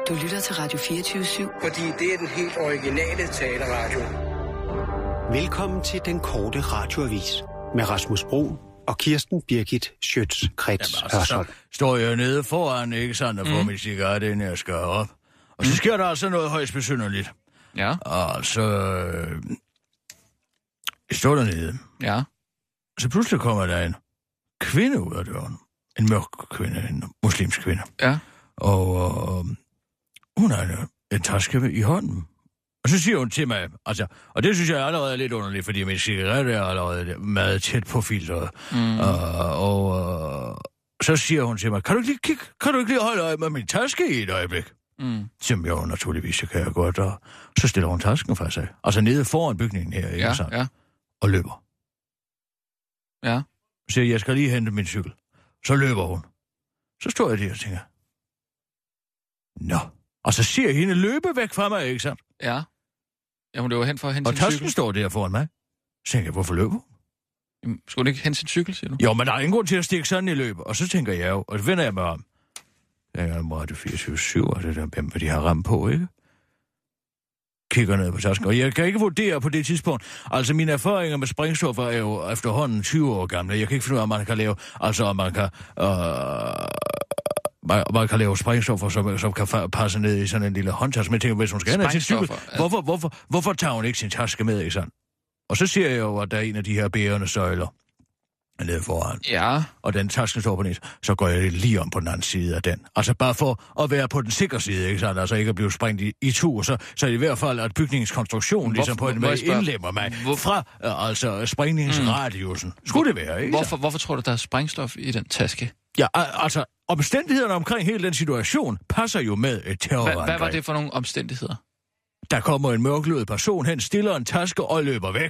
Du lytter til Radio 24/7. Fordi det er den helt originale taleradio. Velkommen til den korte radioavis med Rasmus Bro og Kirsten Birgit Schøtz-Krets Hørsholm. Står jeg nede foran, ikke sandt, og får min cigaret, inden jeg skal op. Og så sker der altså noget højst besynderligt. Ja. Og så... jeg står dernede. Ja. Så pludselig kommer der en kvinde ud af døren. En mørk kvinde, en muslimsk kvinde. Ja. Og hun har en taske i hånden. Og så siger hun til mig, altså, og det synes jeg allerede er lidt underligt, fordi min cigaret er allerede meget tæt på filteret. Så siger hun til mig, kan du ikke lige holde øje med min taske i et øjeblik? Som jo naturligvis, det kan jeg godt. Og så stiller hun tasken fra sig. Altså nede foran bygningen her, ikke sandt? Ja. Og løber. Ja. Så siger jeg skal lige hente min cykel. Så løber hun. Så står jeg der og tænker, nå. Og så ser jeg hende løbe væk fra mig, ikke sandt? Ja. Ja, hun løber hen for at hente sin cykel. Og tasken står der foran mig. Så tænker jeg, hvorfor løber hun? Jamen, skulle hun ikke hente sin cykel, siger du? Jo, men der er ingen grund til at stikke sådan i løb. Og så tænker jeg jo, og så vender jeg mig om. Jeg er Radio 24/7, og det der, hvem de har ramt på, ikke? Kigger ned på tasken, og jeg kan ikke vurdere på det tidspunkt. Altså, mine erfaringer med sprængstoffer er jo efterhånden 20 år gamle. Jeg kan ikke finde ud af, om man kan lave, altså, om man kan lave sprængstoffer, som kan passe ned i sådan en lille håndtaske. Men jeg tænker, hvis hun skal have sin cykel, hvorfor tager hun ikke sin taske med, ikke sandt? Og så siger jeg jo, at der er en af de her bærende søjler nede foran. Ja. Og den tasken står på den, så går jeg lige om på den anden side af den. Altså bare for at være på den sikre side, ikke sandt? Altså ikke at blive sprængt i to, så er det i hvert fald, at bygningens konstruktion ligesom på en måde indlemmer mig fra altså sprængningsradiusen. Skulle det være, ikke? Hvorfor tror du, der er sprængstof i den taske? Ja, altså omstændighederne omkring hele den situation passer jo med et terrorangreb. Hvad var det for nogle omstændigheder? Der kommer en mørklødet person hen, stiller en taske og løber væk.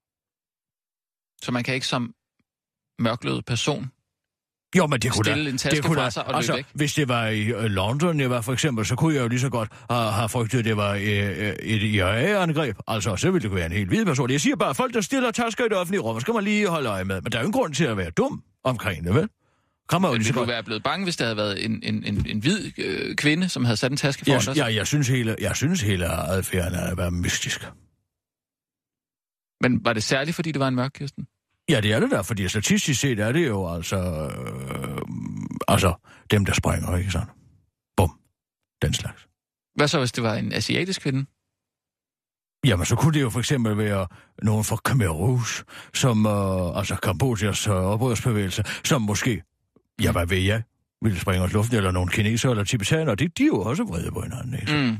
Så man kan ikke som mørklødet person jo, men det kunne stille en taske fra sig og løbe væk? Hvis det var i London, jeg var for eksempel, så kunne jeg jo lige så godt have frygtet, at det var et IRA-angreb. Altså, så ville det kunne være en helt hvid person. Jeg siger bare, at folk, der stiller tasker i det offentlige rum, skal man lige holde øje med. Men der er jo ingen grund til at være dum omkring det, vel? Men ville du være blevet bange, hvis der havde været en hvid kvinde, som havde sat en taske foran os? Ja, jeg synes hele adfærden er at være mystisk. Men var det særligt, fordi det var en mørk, Kirsten? Ja, det er det der, fordi statistisk set er det jo altså dem, der springer, ikke sådan? Bum. Den slags. Hvad så, hvis det var en asiatisk kvinde? Jamen, så kunne det jo for eksempel være nogen fra Khmer Rouge, som, altså Kambodjas oprørsbevægelse, som måske, ja, hvad ved jeg, ville springe os luften, eller nogle kineser eller tibetanere, de er jo også vrede på hinanden, ikke?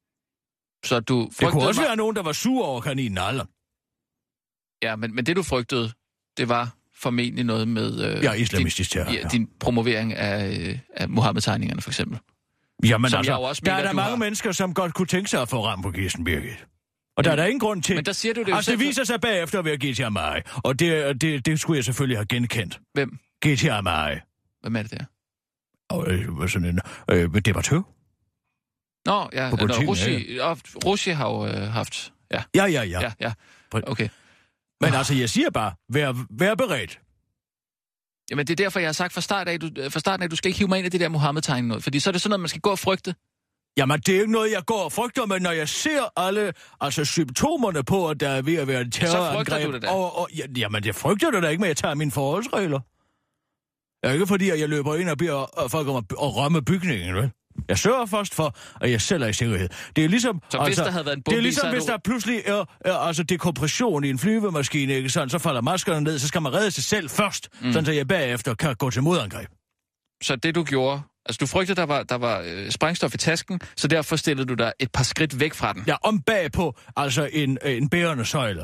Så du frygtede... Det kunne også være nogen, der var sure over kaninen alderen. Ja, men det du frygtede, det var formentlig noget med... islamistisk terror. Din promovering af Mohammed-tegningerne, for eksempel. Jamen altså, der er der mange mennesker, som godt kunne tænke sig at få ram på Kirsten Birgit. Og der er der ingen grund til... Men der siger du det jo altså, det viser sig bagefter ved at give til Amari. Og det skulle jeg selvfølgelig have genkendt. Hvem? Give til Amari. Hvem er det der? Og sådan en debattør. Nå, ja. Rushi har jo haft... Ja. Ja. Okay. Men altså, jeg siger bare, vær beredt. Jamen, det er derfor, jeg har sagt fra starten af, du skal ikke hive mig ind i det der Mohammed-tegning noget, fordi så er det sådan noget, man skal gå og frygte. Jamen, det er ikke noget, jeg går og frygter, men når jeg ser alle symptomerne på, at der er ved at være et terrorangreb... Så frygter du det da? Jamen, det frygter du da ikke, men jeg tager mine forholdsregler. Det er ikke fordi, at jeg løber ind og beder folk om at rømme bygningen, vel? Jeg sørger først for, at jeg selv er i sikkerhed. Det er ligesom... Så hvis der havde været en bombe, det er ligesom, hvis der pludselig er dekompression i en flyvemaskine, ikke sådan, så falder maskerne ned, så skal man redde sig selv først, sådan så jeg bagefter kan gå til modangreb. Så det du gjorde... Altså, du frygtede, der var sprængstof i tasken, så derfor stillede du dig et par skridt væk fra den. Ja, om bagpå, altså en bærende søjle.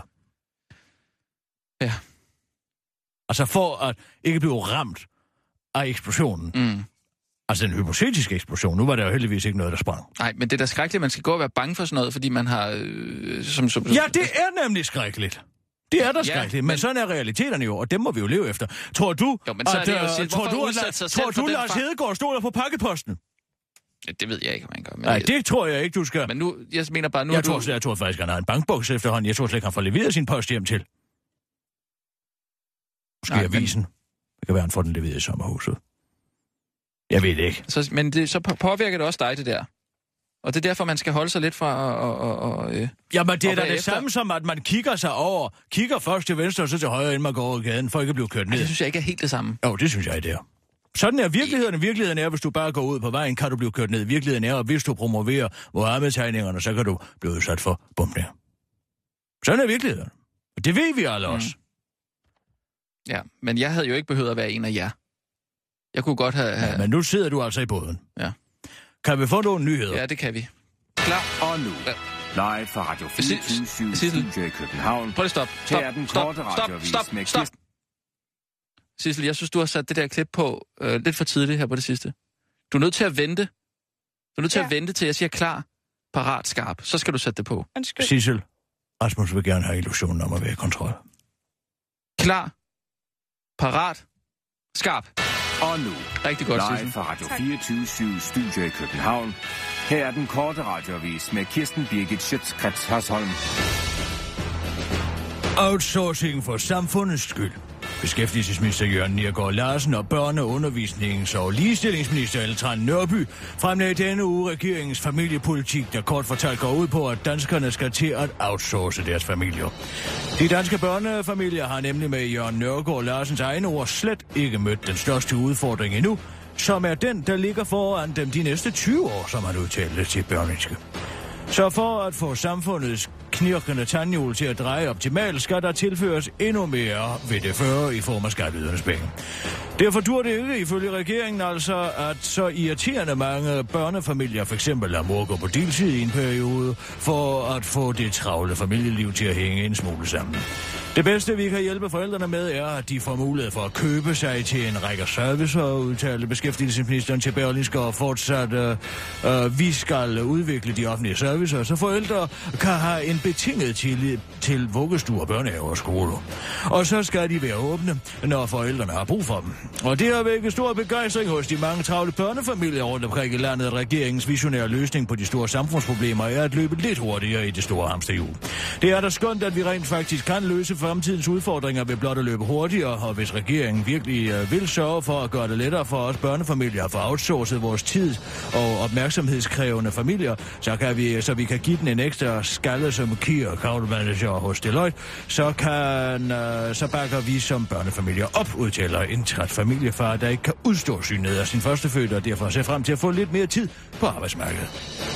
Ja. Altså for at ikke blive ramt af eksplosionen. Altså en hypotetisk eksplosion. Nu var der jo heldigvis ikke noget, der sprang. Nej, men det er da skrækkeligt, man skal gå og være bange for sådan noget, fordi man har... Ja, det er nemlig skrækkeligt. Det er da skrækkeligt, men sådan er realiteterne jo, og dem må vi jo leve efter. Tror du, tror du Lars Hedegaard stod der på pakkeposten? Ja, det ved jeg ikke, om man gør. Nej, det tror jeg ikke, du skal. Men nu, jeg mener bare... Jeg tror faktisk, han har en bankboks efterhånden. Jeg tror slet ikke, han får leveret sin post hjem til. Måske avisen. Det kan være, han får den leveret i sommerhuset. Jeg ved det ikke. Så påvirker det også dig, det der? Og det er derfor, man skal holde sig lidt fra Jamen, det er da det samme som, at man kigger sig over. Kigger først til venstre, og så til højre, inden man går over gaden, for ikke at blive kørt ned. Det synes jeg ikke er helt det samme. Jo, det synes jeg, det er. Sådan er virkeligheden. Virkeligheden er, hvis du bare går ud på vejen, kan du blive kørt ned. Virkeligheden er, at hvis du promoverer Mohammed-tegningerne, så kan du blive udsat for bombninger. Sådan er virkeligheden. Og det ved vi alle også. Ja, men jeg havde jo ikke behøvet at være en af jer. Jeg kunne godt have... Ja, men nu sidder du altså i båden. Ja. Kan vi få nogle nyheder? Ja, det kan vi. Klar. Og nu, live fra Radio 24 Studio i København. Prøv lige stop. Stop. Sissel, jeg synes, du har sat det der klip på lidt for tidligt her på det sidste. Du er nødt til at vente. Du er nødt til at vente til, jeg siger klar, parat, skarp. Så skal du sætte det på. Sissel, Rasmus vil gerne have illusionen om at være i kontrol. Klar, parat, skarp. Og nu, rigtig godt, live Sissel. fra Radio 24 Studio i København. Her er den korte radioavis med Kirsten Birgit Schøtz-Krets Hørsholm. Outsourcing for samfundets skyld. Beskæftigelsesminister Jørgen Neergaard Larsen og børne-, undervisnings- og ligestillingsminister Ellen Trane Nørby fremlagde denne uge regeringens familiepolitik, der kort fortalt går ud på, at danskerne skal til at outsource deres familier. De danske børnefamilier har nemlig med Jørgen Neergaard Larsens egne ord slet ikke mødt den største udfordring endnu, som er den, der ligger foran dem de næste 20 år, som han udtalte til Berlingske. Så for at få samfundets knirkende tandhjul til at dreje optimalt, skal der tilføres endnu mere ved det føre i form af skatteydernes penge. Derfor dur det ikke ifølge regeringen altså, at så irriterende mange børnefamilier for eksempel lader mor gå på deltid i en periode, for at få det travle familieliv til at hænge en smule sammen. Det bedste, vi kan hjælpe forældrene med, er, at de får mulighed for at købe sig til en række servicer, udtalte beskæftigelsesministeren til Berlingske, og fortsat, vi skal udvikle de offentlige servicer, så forældre kan have en betinget tillid til vuggestuer, børnehaver og skoler. Og så skal de være åbne, når forældrene har brug for dem. Og det har vækket stor begejstring hos de mange travle børnefamilier rundt omkring i landet, at regeringens visionære løsning på de store samfundsproblemer er at løbe lidt hurtigere i det store hamsterhjul. Det er da skønt, at vi rent faktisk kan løse fremtidens udfordringer ved blot at løbe hurtigere, og hvis regeringen virkelig vil sørge for at gøre det lettere for os børnefamilier at få outsourcet vores tid og opmærksomhedskrævende familier, så vi kan give den en ekstra skalle som key account manager hos Deloitte, så bakker vi som børnefamilier op, udtaler en træt familiefar, der ikke kan udstå synet af sin førstefødte, og derfor ser frem til at få lidt mere tid på arbejdsmarkedet.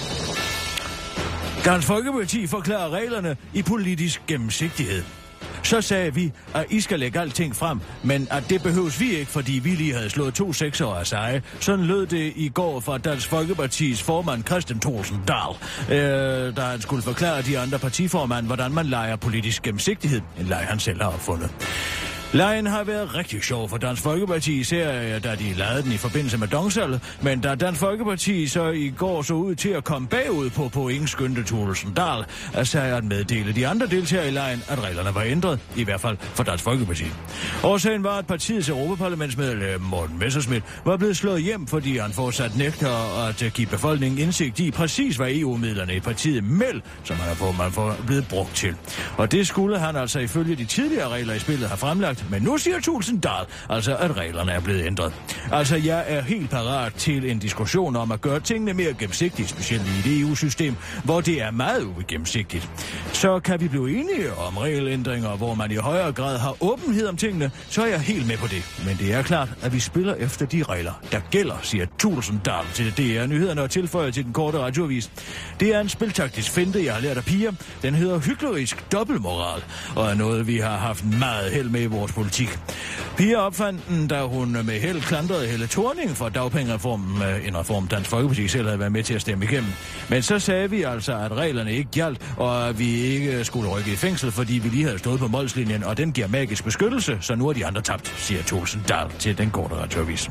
Dansk Folkeparti forklarer reglerne i politisk gennemsigtighed. Så sagde vi, at I skal lægge alting frem, men at det behøves vi ikke, fordi vi lige havde slået 2 seksere af seje. Sådan lød det i går fra Dansk Folkepartis formand Christian Thulesen Dahl, da han skulle forklare de andre partiformand, hvordan man leger politisk gennemsigtighed, en leg han selv har opfundet. Lejen har været rigtig sjov for Dansk Folkeparti, især da de lavede den i forbindelse med Dongsalget, men da Dansk Folkeparti så i går så ud til at komme bagud på point, skyndte Thulesen Dahl at sige at meddele de andre deltagere i lejen, at reglerne var ændret, i hvert fald for Dansk Folkeparti. Årsagen var, at partiets europaparlamentsmedlem Morten Messerschmidt var blevet slået hjem, fordi han fortsat nægter at give befolkningen indsigt i præcis, hvad EU-midlerne i partiet MEL, som man får blevet brugt til. Og det skulle han altså ifølge de tidligere regler i spillet have fremlagt. Men nu siger Thulesen Dahl altså, at reglerne er blevet ændret. Altså, jeg er helt parat til en diskussion om at gøre tingene mere gennemsigtige, specielt i et EU-system, hvor det er meget ugennemsigtigt. Så kan vi blive enige om regelændringer, hvor man i højere grad har åbenhed om tingene, så er jeg helt med på det. Men det er klart, at vi spiller efter de regler, der gælder, siger Thulesen Dahl til DR-nyhederne og tilføjer til den korte radioavis. Det er en spiltaktisk finte, jeg har lært af piger. Den hedder hyklerisk dobbeltmoral, og er noget, vi har haft meget held med i vores politik. Pia opfandt den, da hun med held klandrede Helle Thorning for dagpengereformen, en reform Dansk Folkeparti selv havde været med til at stemme igennem. Men så sagde vi altså, at reglerne ikke gjaldt, og at vi ikke skulle rykke i fængsel, fordi vi lige havde stået på målslinjen, og den giver magisk beskyttelse, så nu er de andre tabt, siger Thulesen Dahl til den korte radioavis.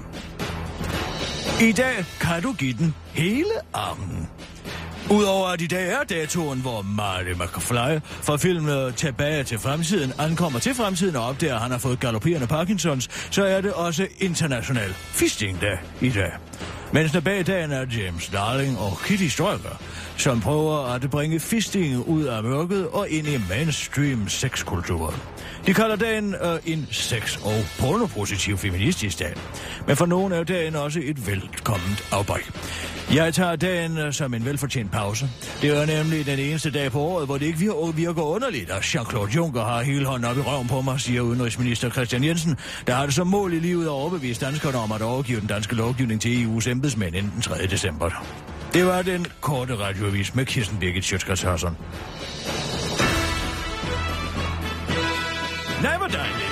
I dag kan du give den hele armen. Udover at i dag er datoen, hvor Marty McFly fra filmen Tilbage til fremtiden ankommer til fremtiden og opdager, at han har fået galopperende Parkinsons, så er det også international fisting-dag i dag. Mens der bag dagen er James Darling og Kitty Stryker, som prøver at bringe fisting ud af mørket og ind i mainstream sexkultur. De kalder dagen en sex- og pornopositiv feministisk dag. Men for nogen er dagen også et velkomment afbræk. Jeg tager dagen som en velfortjent pause. Det er nemlig den eneste dag på året, hvor det ikke virker underligt, at Jean-Claude Juncker har hele hånden op i røven på mig, siger udenrigsminister Christian Jensen, der har det som mål i livet at overbevise danskerne om at overgive den danske lovgivning til EU's embedsmænd inden den 3. december. Det var den korte radioavis med Kirsten Birgit Schøtz-Krets. Nej, hvor dejligt.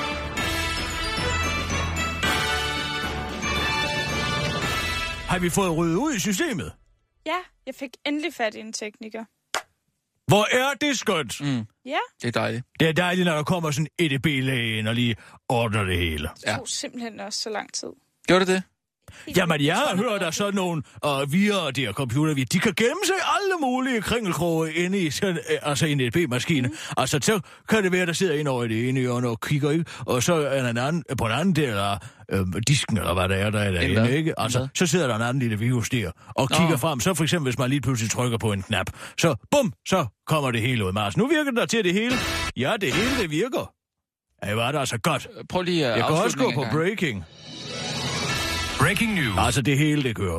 Har vi fået ryddet ud i systemet? Ja, jeg fik endelig fat i en tekniker. Hvor er det skønt? Ja. Det er dejligt. Det er dejligt, når der kommer sådan en EDB-læge ind og lige ordner det hele. Det tog simpelthen også så lang tid. Gjorde det det? Jamen, jeg har hørt, at sådan nogle via de her computer, de kan gemme sig alle mulige kringelkroge inde i sådan, altså en EDB-maskine. Altså, så kan det være, der sidder en over i det ene hjørne og kigger, ikke? Og så er der en anden, på en anden del af disken, eller hvad der er derinde, ikke? Altså, så sidder der en anden lille virus der og kigger frem. Så for eksempel, hvis man lige pludselig trykker på en knap, så bum, så kommer det hele ud. Mars, nu virker det til det hele. Ja, det hele, det virker. Ja, det var det altså godt. Prøv lige at jeg kan også gå på breaking. Breaking news. Altså, det hele, det kører.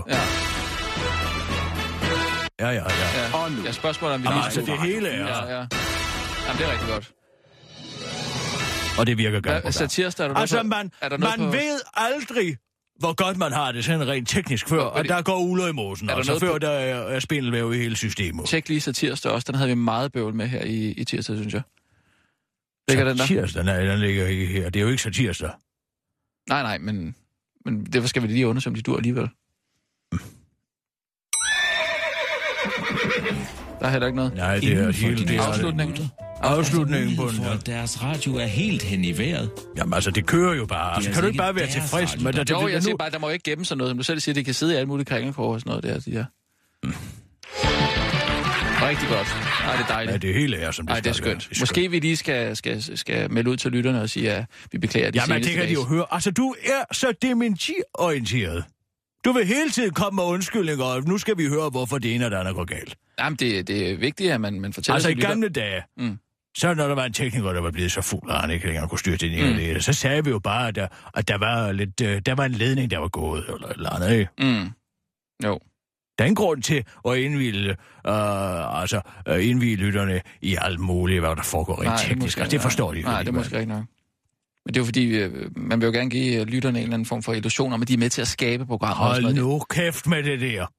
Ja. Og nu. Ja, spørgsmålet om vi lige altså, det hele er. Ja. Jamen, det er rigtig godt. Og det virker godt. Satirs, er der altså, man ved aldrig, hvor godt man har det sådan rent teknisk før, og der går uler i mosen. Altså, før der er spindelvæv i hele systemet. Tjek lige Satirs også. Den havde vi meget bøvl med her i tirsdag, synes jeg. Ligger den der? Tirsdag? Nej, den ligger ikke her. Det er jo ikke Satirsdag. Nej, men derfor skal vi lige undersøge, om de dur alligevel. Der er heller ikke noget. Nej, det er helt det. Afslutningen på den, ja. Deres radio er helt hen i vejret. Jamen altså, det kører jo bare. Altså, kan du ikke bare være tilfreds med det? Jo, jeg siger bare, der må ikke gemme sig noget. Som du selv siger, det kan sidde i alle mulige kringelkår og sådan noget der. De der. Rigtig godt. Ej, det er dejligt. Ja, det hele er, som det skal. Det er skønt. Måske vi lige skal melde ud til lytterne og sige, at vi beklager de seneste Jamen, det kan de jo høre. Altså, du er så dementi-orienteret. Du vil hele tiden komme med undskyldninger, og nu skal vi høre, hvorfor det ene og det andet går galt. Jamen, det er vigtigt, at man fortæller altså, i gamle dage, så når der var en tekniker, der var blevet så fuld, og han ikke længere kunne styre til det, så sagde vi jo bare, at der var en ledning, der var gået, eller et eller andet, ikke? Jo. Der er en grund til at indvige lytterne i alt muligt, hvad der foregår rent teknisk. Det forstår de jo. Nej, det er måske ikke nok. Men det er jo fordi, man vil jo gerne give lytterne en eller anden form for illusion om, at de er med til at skabe programmer. Hold nu kæft med det der.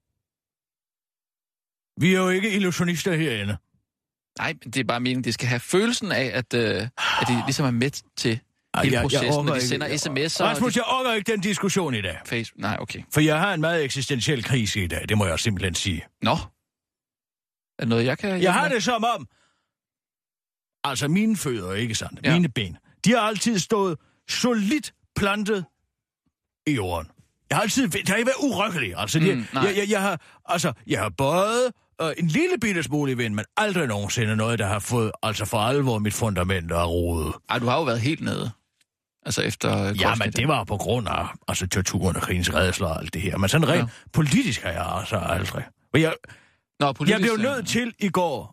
Vi er jo ikke illusionister herinde. Nej, men det er bare meningen, det skal have følelsen af, at de ligesom er med til hele processen, når de sender sms'er. Rasmus, jeg orker ikke den diskussion i dag. Nej, okay. For jeg har en meget eksistentiel krise i dag, det må jeg simpelthen sige. Nå. Er det noget, jeg kan... Jeg har det som om... Altså, mine fødder, ikke sandt? Ja. Mine ben. De har altid stået solidt plantet i jorden. Jeg har altid... Det har ikke været urokkeligt. Altså, jeg har bøjet en lille bitte smule i vind, men aldrig nogensinde noget, der har fået altså for alvor mit fundament og rodet. Ej, du har jo været helt nede. Altså efter... Ja, men det var på grund af torturen og krigens rædsler og alt det her. Men sådan rent politisk har jeg altså aldrig. Jeg blev nødt til i går...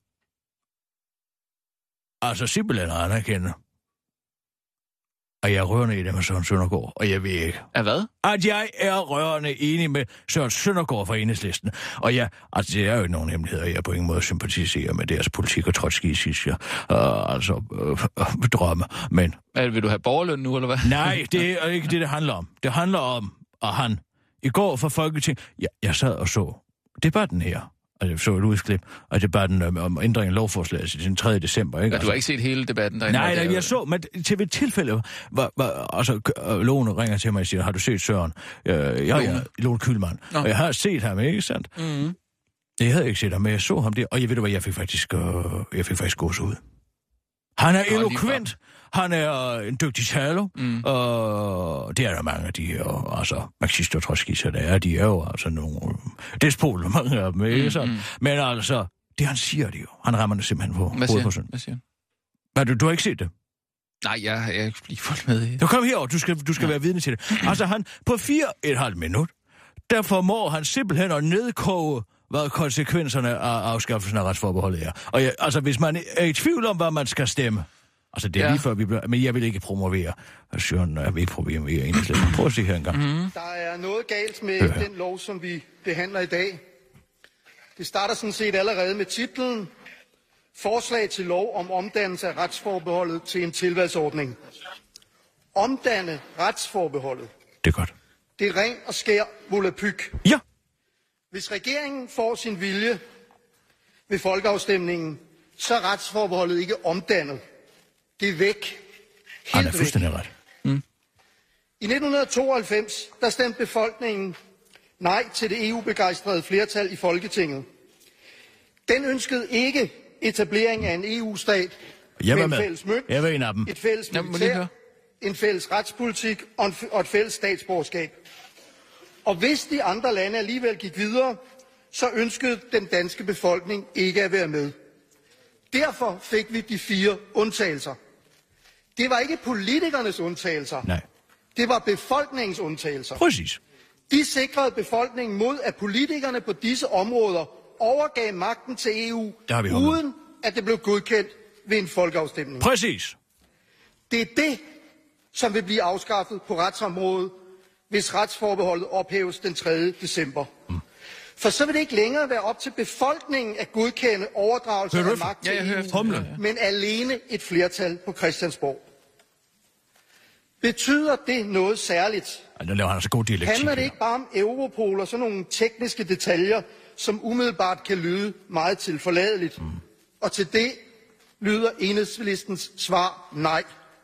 Altså simpelthen at anerkende. Og jeg er rørende i det med Søren Søndergaard, og jeg ved ikke. Af hvad? At jeg er rørende enig med Søren Søndergaard fra Enhedslisten. Og det er jo ikke nogen hemmeligheder, jeg på ingen måde sympatiserer med deres politik og trotskistisk drømme, men... Vil du have borgerløn nu, eller hvad? Nej, det er ikke det handler om. Det handler om, at han i går for Folketing... Jeg sad og så debatten her. Og jeg så et udklip af debatten om ændringen af lovforslaget til den 3. december. Ikke? Ja, du har ikke set hele debatten derinde? Nej, jeg så, men til et tilfælde, Lone ringer til mig og siger, har du set Søren? Lone Kühlmann. Og jeg har set ham, ikke sandt? Mm-hmm. Jeg havde ikke set ham, men jeg så ham der, og jeg ved du hvad, jeg fik faktisk gås ud. Han er elokvent. Han er en dygtig taler, og det er der mange af de her, marxister og trotskister, de er jo altså nogle despoter, mange af dem, ikke sådan? Men altså, det han siger det jo, han rammer det simpelthen på hovedet på sådan. Hvad siger han? Du har ikke set det? Nej, jeg har ikke lige fulgt med i. Du kom herover, du skal være vidne til det. Altså han, på 4,5 minut, der formår han simpelthen at nedkoge, hvad konsekvenserne af afskaffelsen af retsforbeholdet er. Og hvis man er i tvivl om, hvad man skal stemme, Altså, det er lige før, vi bliver... Men jeg vil ikke promovere. Søren, jeg vil ikke promovere Enhedslisten. Prøv at se her engang. Mm-hmm. Der er noget galt med den lov, som vi behandler i dag. Det starter sådan set allerede med titlen. Forslag til lov om omdannelse af retsforbeholdet til en tilvalgsordning. Omdanne retsforbeholdet. Det er godt. Det er ren og skær volapyk. Ja. Hvis regeringen får sin vilje ved folkeafstemningen, så er retsforbeholdet ikke omdannet. Det er væk. Han er fuldstændig ret. I 1992, der stemte befolkningen nej til det EU-begejstrede flertal i Folketinget. Den ønskede ikke etablering af en EU-stat med en fælles mønt, et fælles militær, en fælles retspolitik og et fælles statsborgerskab. Og hvis de andre lande alligevel gik videre, så ønskede den danske befolkning ikke at være med. Derfor fik vi de 4 undtagelser. Det var ikke politikernes undtagelser. Nej. Det var befolkningens undtagelser. Præcis. De sikrede befolkningen mod, at politikerne på disse områder overgav magten til EU, uden at det blev godkendt ved en folkeafstemning. Præcis. Det er det, som vil blive afskaffet på retsområdet, hvis retsforbeholdet ophæves den 3. december. For så vil det ikke længere være op til befolkningen at godkende overdragelse af magt til EU, men alene et flertal på Christiansborg. Betyder det noget særligt? Nu laver han altså god dialektik. Handler det ikke bare om Europol og sådan nogle tekniske detaljer, som umiddelbart kan lyde meget tilforladeligt? Og til det lyder Enhedslistens svar nej.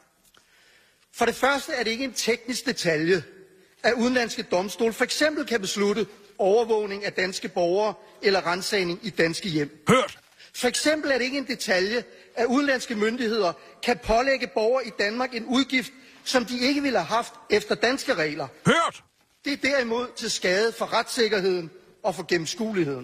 For det første er det ikke en teknisk detalje, at udenlandske domstole for eksempel kan beslutte overvågning af danske borgere eller ransagning i danske hjem. Hørt! For eksempel er det ikke en detalje, at udenlandske myndigheder kan pålægge borgere i Danmark en udgift, som de ikke ville have haft efter danske regler. Hørt! Det er derimod til skade for retssikkerheden og for gennemskueligheden.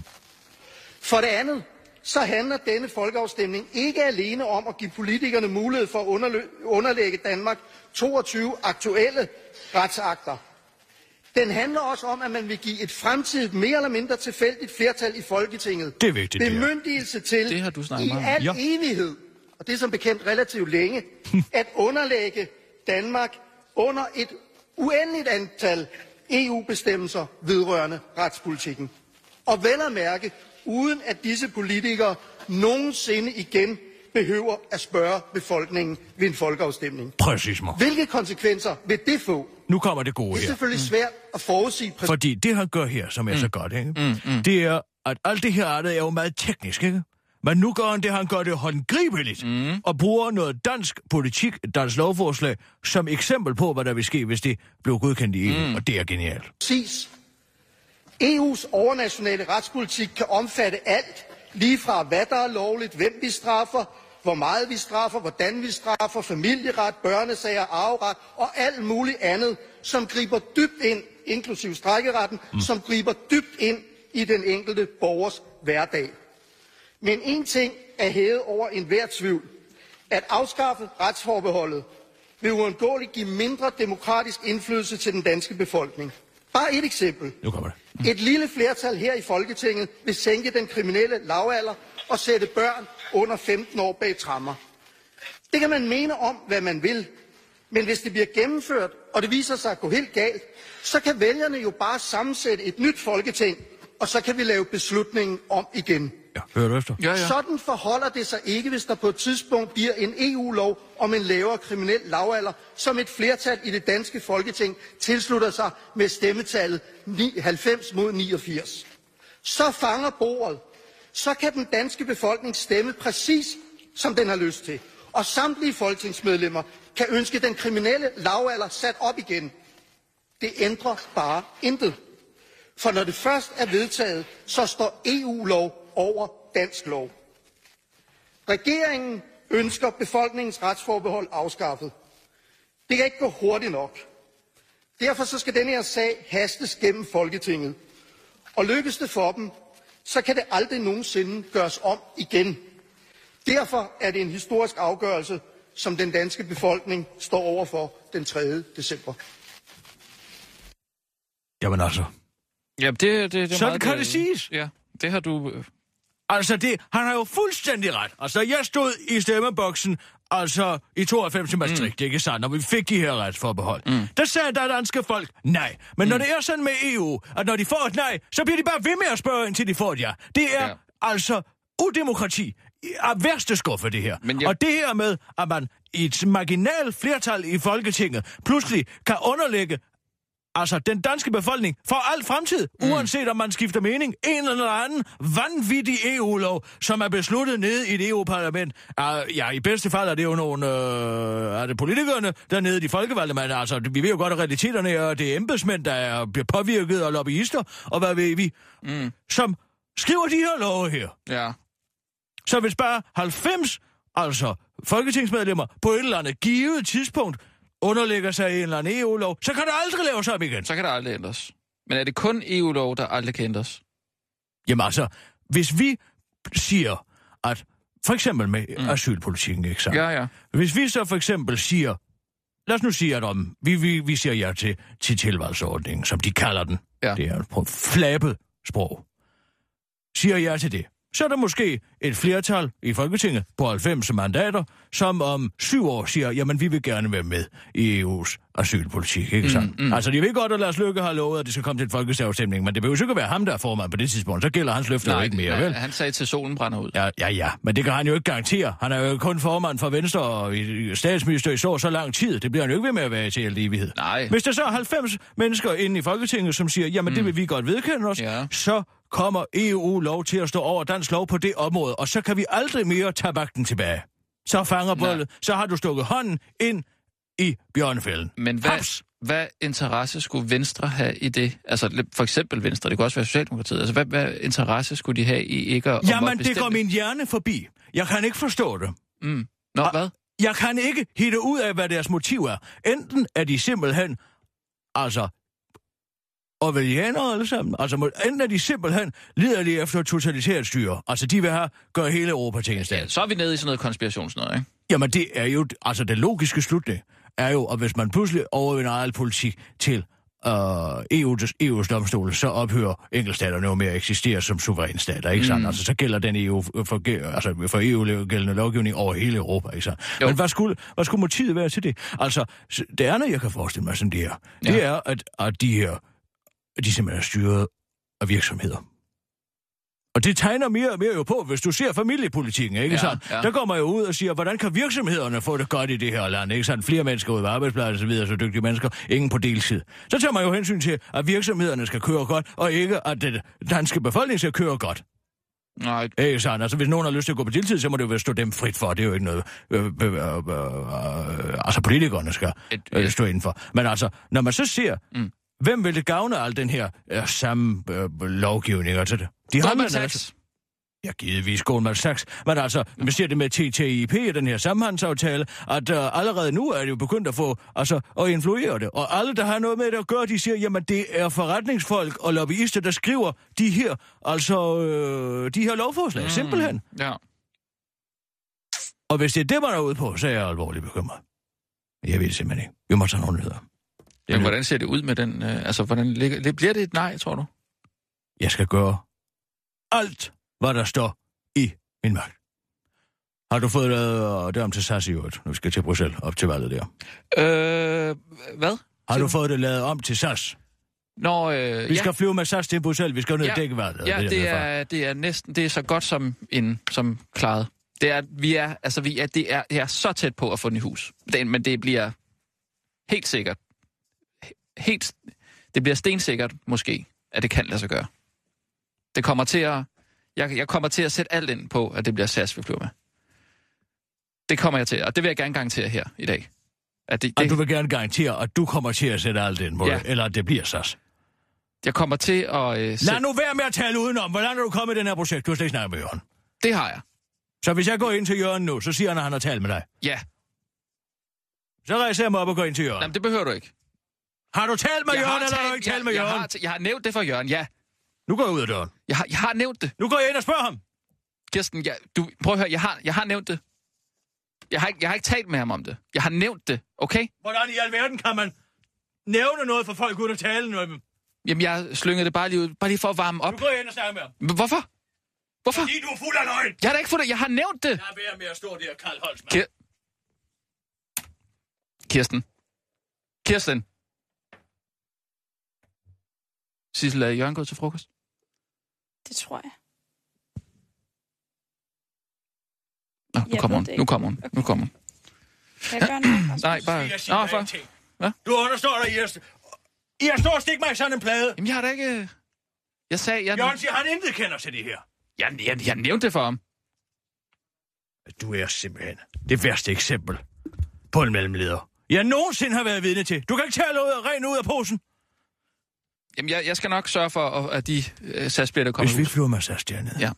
For det andet, så handler denne folkeafstemning ikke alene om at give politikerne mulighed for at underlægge Danmark 22 aktuelle retsakter. Den handler også om, at man vil give et fremtidigt mere eller mindre tilfældigt flertal i Folketinget det er vigtigt, bemyndigelse til det har du i al evighed, og det er som bekendt relativt længe, at underlægge Danmark under et uendeligt antal EU-bestemmelser vedrørende retspolitikken. Og vel at mærke, uden at disse politikere nogensinde igen behøver at spørge befolkningen ved en folkeafstemning. Præcis, mor. Hvilke konsekvenser vil det få? Nu kommer det gode her. Det er selvfølgelig svært at forudsige. Fordi det, han gør her, som er så godt, ikke? Det er, at alt det her er jo meget teknisk, ikke? Men nu gør han det, han gør det håndgribeligt, og bruger noget dansk politik, dansk lovforslag, som eksempel på, hvad der vil ske, hvis det blev godkendt i EU, og det er genialt. Præcis. EU's overnationale retspolitik kan omfatte alt, lige fra hvad der er lovligt, hvem vi straffer, hvor meget vi straffer, hvordan vi straffer, familieret, børnesager, arveret og alt muligt andet, som griber dybt ind, inklusiv strejkeretten, som griber dybt ind i den enkelte borgers hverdag. Men en ting er hævet over enhver tvivl. At afskaffe retsforbeholdet vil uundgåeligt give mindre demokratisk indflydelse til den danske befolkning. Bare et eksempel. Nu kommer det. Et lille flertal her i Folketinget vil sænke den kriminelle lavalder og sætte børn under 15 år bag tremmer. Det kan man mene om, hvad man vil. Men hvis det bliver gennemført, og det viser sig at gå helt galt, så kan vælgerne jo bare sammensætte et nyt Folketing, og så kan vi lave beslutningen om igen. Ja, hører du efter? Ja. Sådan forholder det sig ikke, hvis der på et tidspunkt bliver en EU-lov om en lavere kriminel lavalder, som et flertal i det danske Folketing tilslutter sig med stemmetallet 90 mod 89. Så fanger bordet. Så kan den danske befolkning stemme præcis, som den har lyst til. Og samtlige folketingsmedlemmer kan ønske den kriminelle lavalder sat op igen. Det ændrer bare intet. For når det først er vedtaget, så står EU-lov over dansk lov. Regeringen ønsker befolkningens retsforbehold afskaffet. Det kan ikke gå hurtigt nok. Derfor så skal denne her sag hastes gennem Folketinget. Og lykkes det for dem, så kan det aldrig nogensinde gøres om igen. Derfor er det en historisk afgørelse, som den danske befolkning står overfor den 3. december. Jamen altså. Ja, det sådan meget, kan det siges. Ja, det har du... Altså, han har jo fuldstændig ret. Altså, jeg stod i stemmeboksen altså i 92 i Maastricht, ikke sandt, når vi fik de her retsforbehold, der sagde der danske folk nej. Men når det er sådan med EU, at når de får et nej, så bliver de bare ved med at spørge, indtil de får et ja. Det er altså udemokrati af værste skuffe, det her. Og det her med, at man i et marginalt flertal i Folketinget pludselig kan underlægge altså den danske befolkning for al fremtid, uanset om man skifter mening, en eller anden vanvittig EU-lov, som er besluttet nede i et EU-parlament. Ja, i bedste fald er det jo nogle er det politikerne dernede, de folkevalgte, men altså, vi ved jo godt, at realiteterne er, det er embedsmænd, der bliver påvirket af lobbyister, og hvad ved vi, som skriver de her love her. Ja. Så hvis bare 90, altså folketingsmedlemmer, på et eller andet givet tidspunkt, underlægger sig i en eller anden EU-lov, så kan det aldrig laves op igen. Så kan det aldrig ændres. Men er det kun EU-lov, der aldrig kan ændres? Jamen altså, hvis vi siger, at for eksempel med asylpolitikken, ikke sant? Ja. Hvis vi så for eksempel siger, lad os nu sige, at om vi siger ja til tilvalgsordningen, som de kalder den, det er på flabet sprog, siger ja til det, så er der måske et flertal i Folketinget på 90 mandater, som om 7 år siger, jamen vi vil gerne være med i EU's asylpolitik, ikke sandt? Altså de ved godt, at Lars Løkke har lovet, at det skal komme til en folkeafstemning, men det behøver jo ikke være ham, der er formand på det tidspunkt, så gælder hans løfter jo ikke mere, vel? Han sagde til solen brænder ud. Ja, men det kan han jo ikke garantere. Han er jo kun formand for Venstre og statsminister i så lang tid. Det bliver han jo ikke ved med at være til alt evighed. Nej. Hvis der så er 90 mennesker inde i Folketinget, som siger, jamen det vil vi godt vedkende os, så kommer EU-lov til at stå over dansk lov på det område, og så kan vi aldrig mere tage magten tilbage. Så fanger bollet, så har du stukket hånden ind i bjørnefælden. Men hvad interesse skulle Venstre have i det? Altså for eksempel Venstre, det kunne også være Socialdemokratiet. Altså hvad interesse skulle de have i ikke at jamen det går min hjerne forbi. Jeg kan ikke forstå det. Nå, hvad? Jeg kan ikke hitte ud af, hvad deres motiv er. Enten er de simpelthen, altså orwellianere alle sammen. Altså, enten er de simpelthen liderlige efter totalitært styre. Altså, de vil gøre hele Europa til en stat. Ja, så er vi nede i sådan noget konspirationsnød, ikke? Jamen, det er jo, altså, den logiske slutning er jo, at hvis man pludselig overvinder al politik til EU's domstol, så ophører enkeltstaterne jo med at eksistere som suveræne stater, ikke sandt? Altså, så gælder den EU for EU-gældende lovgivning over hele Europa, ikke sandt? Jo. Men hvad skulle motivet være til det? Altså, det andet, jeg kan forestille mig sådan det her, det er, at de simpelthen er styret af virksomheder. Og det tegner mere og mere jo på, hvis du ser familiepolitikken, ikke sandt? Ja. Der går man jo ud og siger, hvordan kan virksomhederne få det godt i det her land, ikke sandt? Flere mennesker ud på arbejdspladser og så videre, så dygtige mennesker, ingen på deltid. Så tager man jo hensyn til, at virksomhederne skal køre godt, og ikke at den danske befolkning skal køre godt. Nej. Ikke sandt? Altså, hvis nogen har lyst til at gå på deltid, så må det jo stå dem frit for. Det er jo ikke noget, altså politikerne skal stå indenfor. Men altså, når man så ser... Hvem vil det gavne al den her samme lovgivning til det? Goldman Sachs. Ja, givetvis Goldman Sachs. Men altså, vi ser det med TTIP, den her samhandelsaftale, at allerede nu er det jo begyndt at få, altså, at influere det. Og alle, der har noget med det at gøre, de siger, jamen det er forretningsfolk og lobbyister, der skriver de her, altså, de her lovforslag, simpelthen. Ja. Og hvis det er det, man er ude på, så er jeg alvorligt bekymret. Jeg ved det simpelthen ikke. Vi må tage nogle nyheder. Men hvordan ser det ud med den, altså, hvordan bliver det et nej, tror du? Jeg skal gøre alt, hvad der står i min magt. Har du fået det om til SAS i øvrigt, når vi skal til Bruxelles, op til valget der? Hvad? Har du fået det lavet om til SAS? Nå, vi skal flyve med SAS til Bruxelles, vi skal ned og dække valget. Ja, det er næsten, det er så godt som klaret. Det er så tæt på at få den i hus. Men det bliver helt sikkert. Det bliver stensikkert, måske, at det kan lade sig gøre. Det kommer til at... Jeg kommer til at sætte alt ind på, at det bliver SAS, vi flyver med. Det kommer jeg til, og det vil jeg gerne garantere her i dag. Og du vil gerne garantere, at du kommer til at sætte alt ind på det, eller at det bliver SAS? Jeg kommer til at... Lad nu være med at tale udenom. Hvordan er du kommet i den her projekt? Du har slet ikke snakket med Jørgen. Det har jeg. Så hvis jeg går ind til Jørgen nu, så siger han, at han har talt med dig? Ja. Så rejser jeg mig op og går ind til Jørgen. Jamen, det behøver du ikke. Har du talt med Jørgen, eller har du ikke talt med Jørgen? Jeg har nævnt det for Jørgen, ja. Nu går jeg ud af døren. Jeg har nævnt det. Nu går jeg ind og spørger ham. Kirsten, prøv at høre, jeg har nævnt det. Jeg har ikke talt med ham om det. Jeg har nævnt det, okay? Hvordan i alverden kan man nævne noget for folk uden at tale noget med dem? Jamen, jeg slyngede det bare lige ud. Bare lige for at varme op. Nu går jeg ind og snakker med ham. Men hvorfor? Fordi du er fuld af løgn. Jeg har da ikke fået det. Jeg har nævnt det. Jeg er ved med at stå der, Karl Holtzmann. Kirsten. Sissel, er Jørgen gået til frokost? Det tror jeg. Nå, nu kommer hun. Kan jeg gøre noget? Nej, bare... Hvad? Du understår dig, I har stået og stik mig i sådan en plade. Jamen, jeg har da ikke... Jeg sagde... Jørgen siger, han intet kender til det her. Jeg nævnte det for ham. Du er simpelthen det værste eksempel på en mellemleder, jeg nogensinde har været vidne til. Du kan ikke tage noget rent ud af posen. Jamen, jeg skal nok sørge for, at de SAS-billetter kommer ud. Hvis vi flyver massage dernede, ja,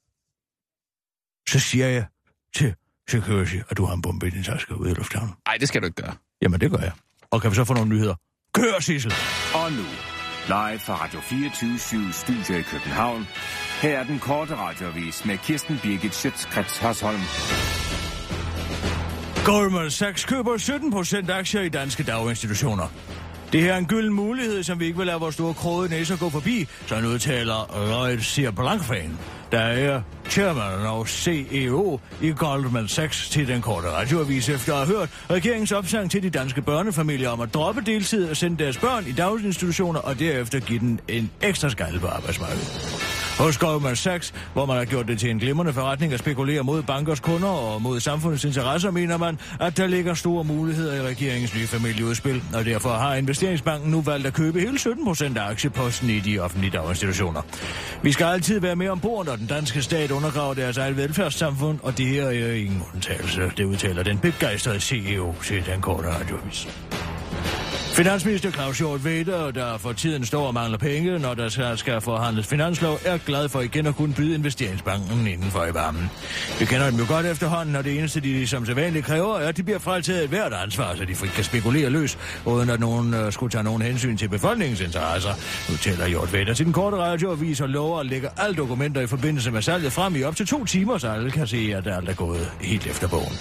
så siger jeg til security, at du har en bombe i din taske ude i lufthavnen. Nej, det skal du ikke gøre. Jamen, det gør jeg. Og kan vi så få nogle nyheder? Kør, Sissel! Og nu, live fra Radio 24/7 Studio i København. Her er den korte radioavis med Kirsten Birgit Schøtz-Krets Hørsholm. Goldman Sachs køber 17% aktier i danske daginstitutioner. Det her er en gylden mulighed, som vi ikke vil lade vores store krogede næser gå forbi, så han udtaler Lloyd Sir Blankfan, der er chairman og CEO i Goldman Sachs til den korte radioavis, efter at have hørt regeringens opsang til de danske børnefamilier om at droppe deltid og sende deres børn i daginstitutioner og derefter give den en ekstra skalle på arbejdsmarkedet. Hos Goldman Sachs, hvor man har gjort det til en glimrende forretning at spekulere mod bankers kunder og mod samfundets interesser, mener man, at der ligger store muligheder i regeringens nye familieudspil, og derfor har investeringsbanken nu valgt at købe hele 17% af aktieposten i de offentlige daginstitutioner. Vi skal altid være med ombord, når den danske stat undergraver deres eget velfærdssamfund, og det her er ingen undtagelse, det udtaler den begejstrede CEO til den korte radioavis. Finansminister Claus Hjort Vedder, der for tiden står og mangler penge, når der skal forhandles finanslov, er glad for igen at kunne byde investeringsbanken indenfor i varmen. Vi kender dem jo godt efterhånden, og det eneste, de som sædvanligt kræver, er, at de bliver frataget et hvert ansvar, så de frit kan spekulere løs, uden at nogen skulle tage nogen hensyn til befolkningens interesser. Nu tæller Hjort Vedder til den korte radioavis og lover at lægge alle dokumenter i forbindelse med salget frem i op til 2 timer, så alle kan se, at alt er gået helt efter bogen.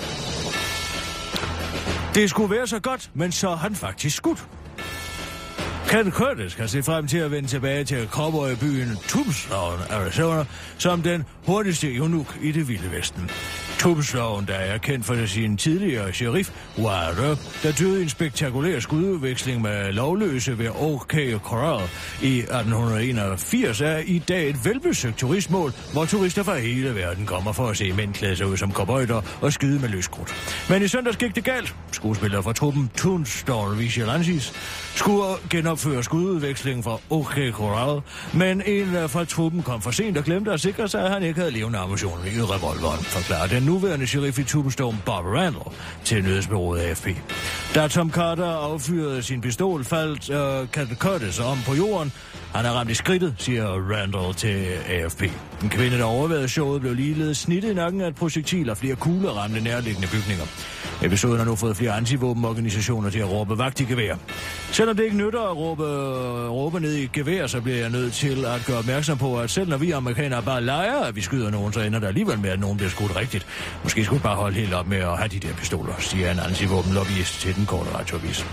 Det skulle være så godt, men så har han faktisk skudt. Ken Curtis kan se frem til at vende tilbage til cowboybyen Tombstone, Arizona, som den hurtigste eunuch i det vilde vesten. Tombstone, der er kendt for sin tidligere sheriff, Wilder, der døde i en spektakulær skududveksling med lovløse ved OK Corral i 1881, er i dag et velbesøgt turistmål, hvor turister fra hele verden kommer for at se mænd klæde sig ud som cowboyder og skyde med løskrudt. Men i søndags gik det galt. Skuespillere fra truppen Tombstone Vigilantes skulle genopføre skududvekslingen fra OK Corral, men en fra truppen kom for sent og glemte at sikre sig, at han ikke havde levende ammunition i revolveren, forklarer den nuværende sheriff i Tombstone, Bob Randall, til nyhedsbureauet AFP. Da Tom Carter affyrede sin pistol, faldt Curtis om på jorden. Han er ramt i skridtet, siger Randall til AFP. En kvinde, der overvejede showet, blev ligeledes snittet i nakken af et projektil, og flere kugler ramte nærliggende bygninger. Episoden har nu fået flere antivåbenorganisationer til at råbe vagt i gevær. Selvom det ikke nytter at råbe ned i gevær, så bliver jeg nødt til at gøre opmærksom på, at selv når vi amerikanere bare leger, at vi skyder nogen, så ender der alligevel med, at nogen bliver skudt rigtigt. Måske skulle vi bare holde helt op med at have de der pistoler, siger en antivåbenlobbyist til den korte radioavis.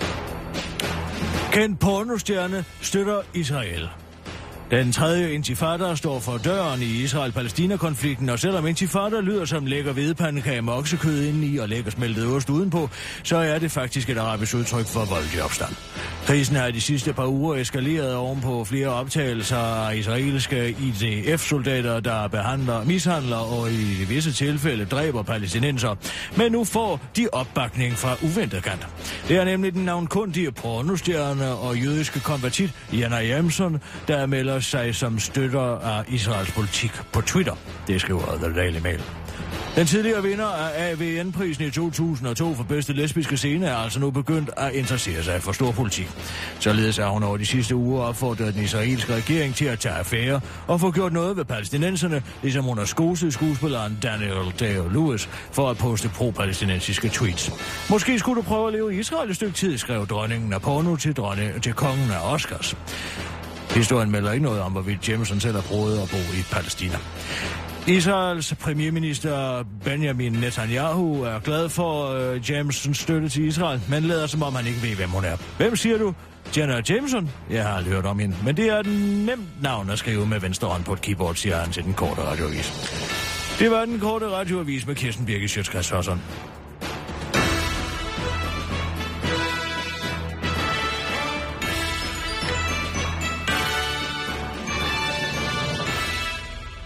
Kendt pornostjerne støtter Israel. Den tredje intifada står for døren i Israel-Palæstina-konflikten, og selvom intifada lyder som lækker hvedepandekage med oksekød indeni og lækker smeltet ost udenpå, så er det faktisk et arabisk udtryk for voldelig opstand. Krisen har de sidste par uger eskaleret ovenpå flere optagelser af israelske IDF-soldater, der mishandler og i visse tilfælde dræber palæstinenser. Men nu får de opbakning fra uventet kant. Det er nemlig den navnkundige pornostjerne og jødiske konvertit Jana Jamson, der melder sig som støtter af Israels politik på Twitter. Det skriver The Daily Mail. Den tidligere vinder af AVN-prisen i 2002 for bedste lesbiske scene er altså nu begyndt at interessere sig for storpolitik. Således har hun over de sidste uger opfordret den israelske regering til at tage affære og få gjort noget ved palæstinenserne, ligesom hun har skoset skuespilleren Daniel Day-Lewis for at poste pro-palæstinensiske tweets. Måske skulle du prøve at leve i Israel et stykke tid, skrev dronningen af porno til kongen af Oscars. Historien melder ikke noget om, hvorvidt Jameson selv har prøvet at bo i Palæstina. Israels premierminister Benjamin Netanyahu er glad for Jamesons støtte til Israel, men lader som om han ikke ved, hvem hun er. Hvem siger du? Jenna Jameson? Jeg har aldrig hørt om hende, men det er et nemt navn at skrive med venstre hånd på et keyboard, siger han til den korte radioavis. Det var den korte radioavis med Kirsten Birgit Schøtz-Krets Hørsholm.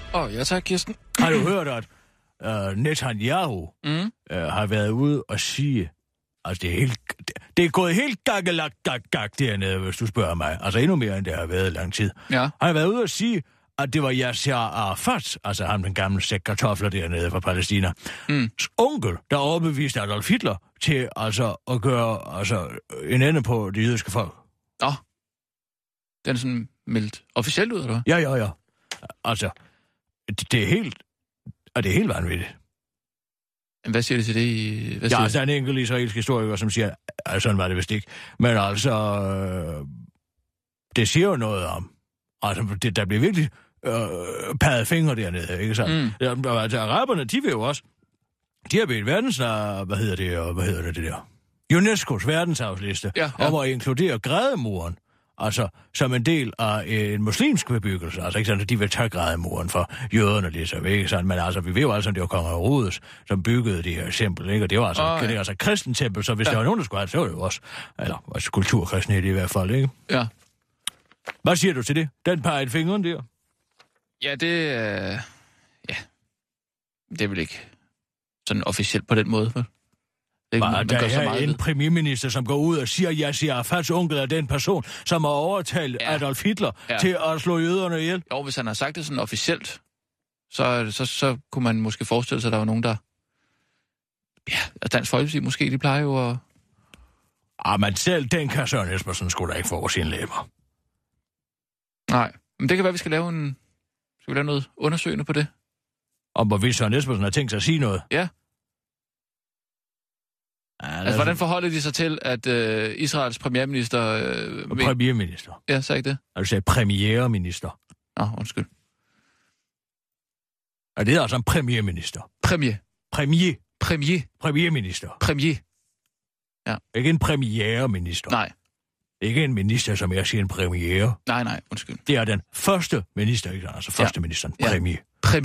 Ja tak, Kirsten. Har du hørt, at Netanyahu har været ude og sige, altså det er gået helt gak dernede, hvis du spørger mig. Altså endnu mere, end det har været i lang tid. Ja. Han har været ude og sige, at det var Yasser Arafat, altså ham den gamle sæk kartofler dernede fra Palæstina, onkel, der overbeviste Adolf Hitler til altså at gøre en ende på det jødiske folk. Nå. Den er sådan meldt officielt ud, eller? Ja. Altså, det er helt vanvittigt. Hvad siger det til det? Der er en enkelt israelsk historiker, som siger, at sådan var det vist ikke. Men altså, det siger jo noget om, altså, der bliver virkelig peget fingre dernede, ikke sandt? Altså, araberne, de vil jo også, de har bedt verdens, hvad hedder det der? UNESCO's verdensarvsliste, om at inkludere Grædemuren, altså som en del af en muslimsk bebyggelse. Altså ikke sådan, at de vil tage Grædemuren for jøderne ligesom, ikke sådan? Men altså, vi ved jo altså, at det var kong Herodes, som byggede det her tempel, ikke? Og det var altså, det er altså et kristentempel, så hvis der var nogen, der skulle have, så var det jo også, eller altså kulturkristne i hvert fald, ikke? Ja. Hvad siger du til det? Den peger et fingeren der? Ja, det er vel ikke sådan officielt på den måde, vel? Der er en premierminister, som går ud og siger, at Yasser Arafats onkel er den person, som har overtalt Adolf Hitler til at slå jøderne ihjel. Jo, hvis han har sagt det sådan officielt, så kunne man måske forestille sig, at der var nogen, der... Ja, Dansk Folkeparti måske, de plejer jo at... Men selv den kan Søren Espersen skulle da ikke få over sine læber. Nej, men det kan være, vi skal lave noget undersøgende på det. Om hvorvidt Søren Espersen har tænkt sig at sige noget? Ja. Altså, hvordan forholder de sig til, at Israels premierminister... Premierminister? Ja, sagde ikke det? Altså, sagde premierminister. Undskyld. Ja, det er altså en premierminister. Premierminister. Premier. Ja. Ikke en premierminister. Nej. Ikke en minister, som jeg siger en premiere. Nej, undskyld. Det er den første minister, ikke? Altså første minister, premierminister.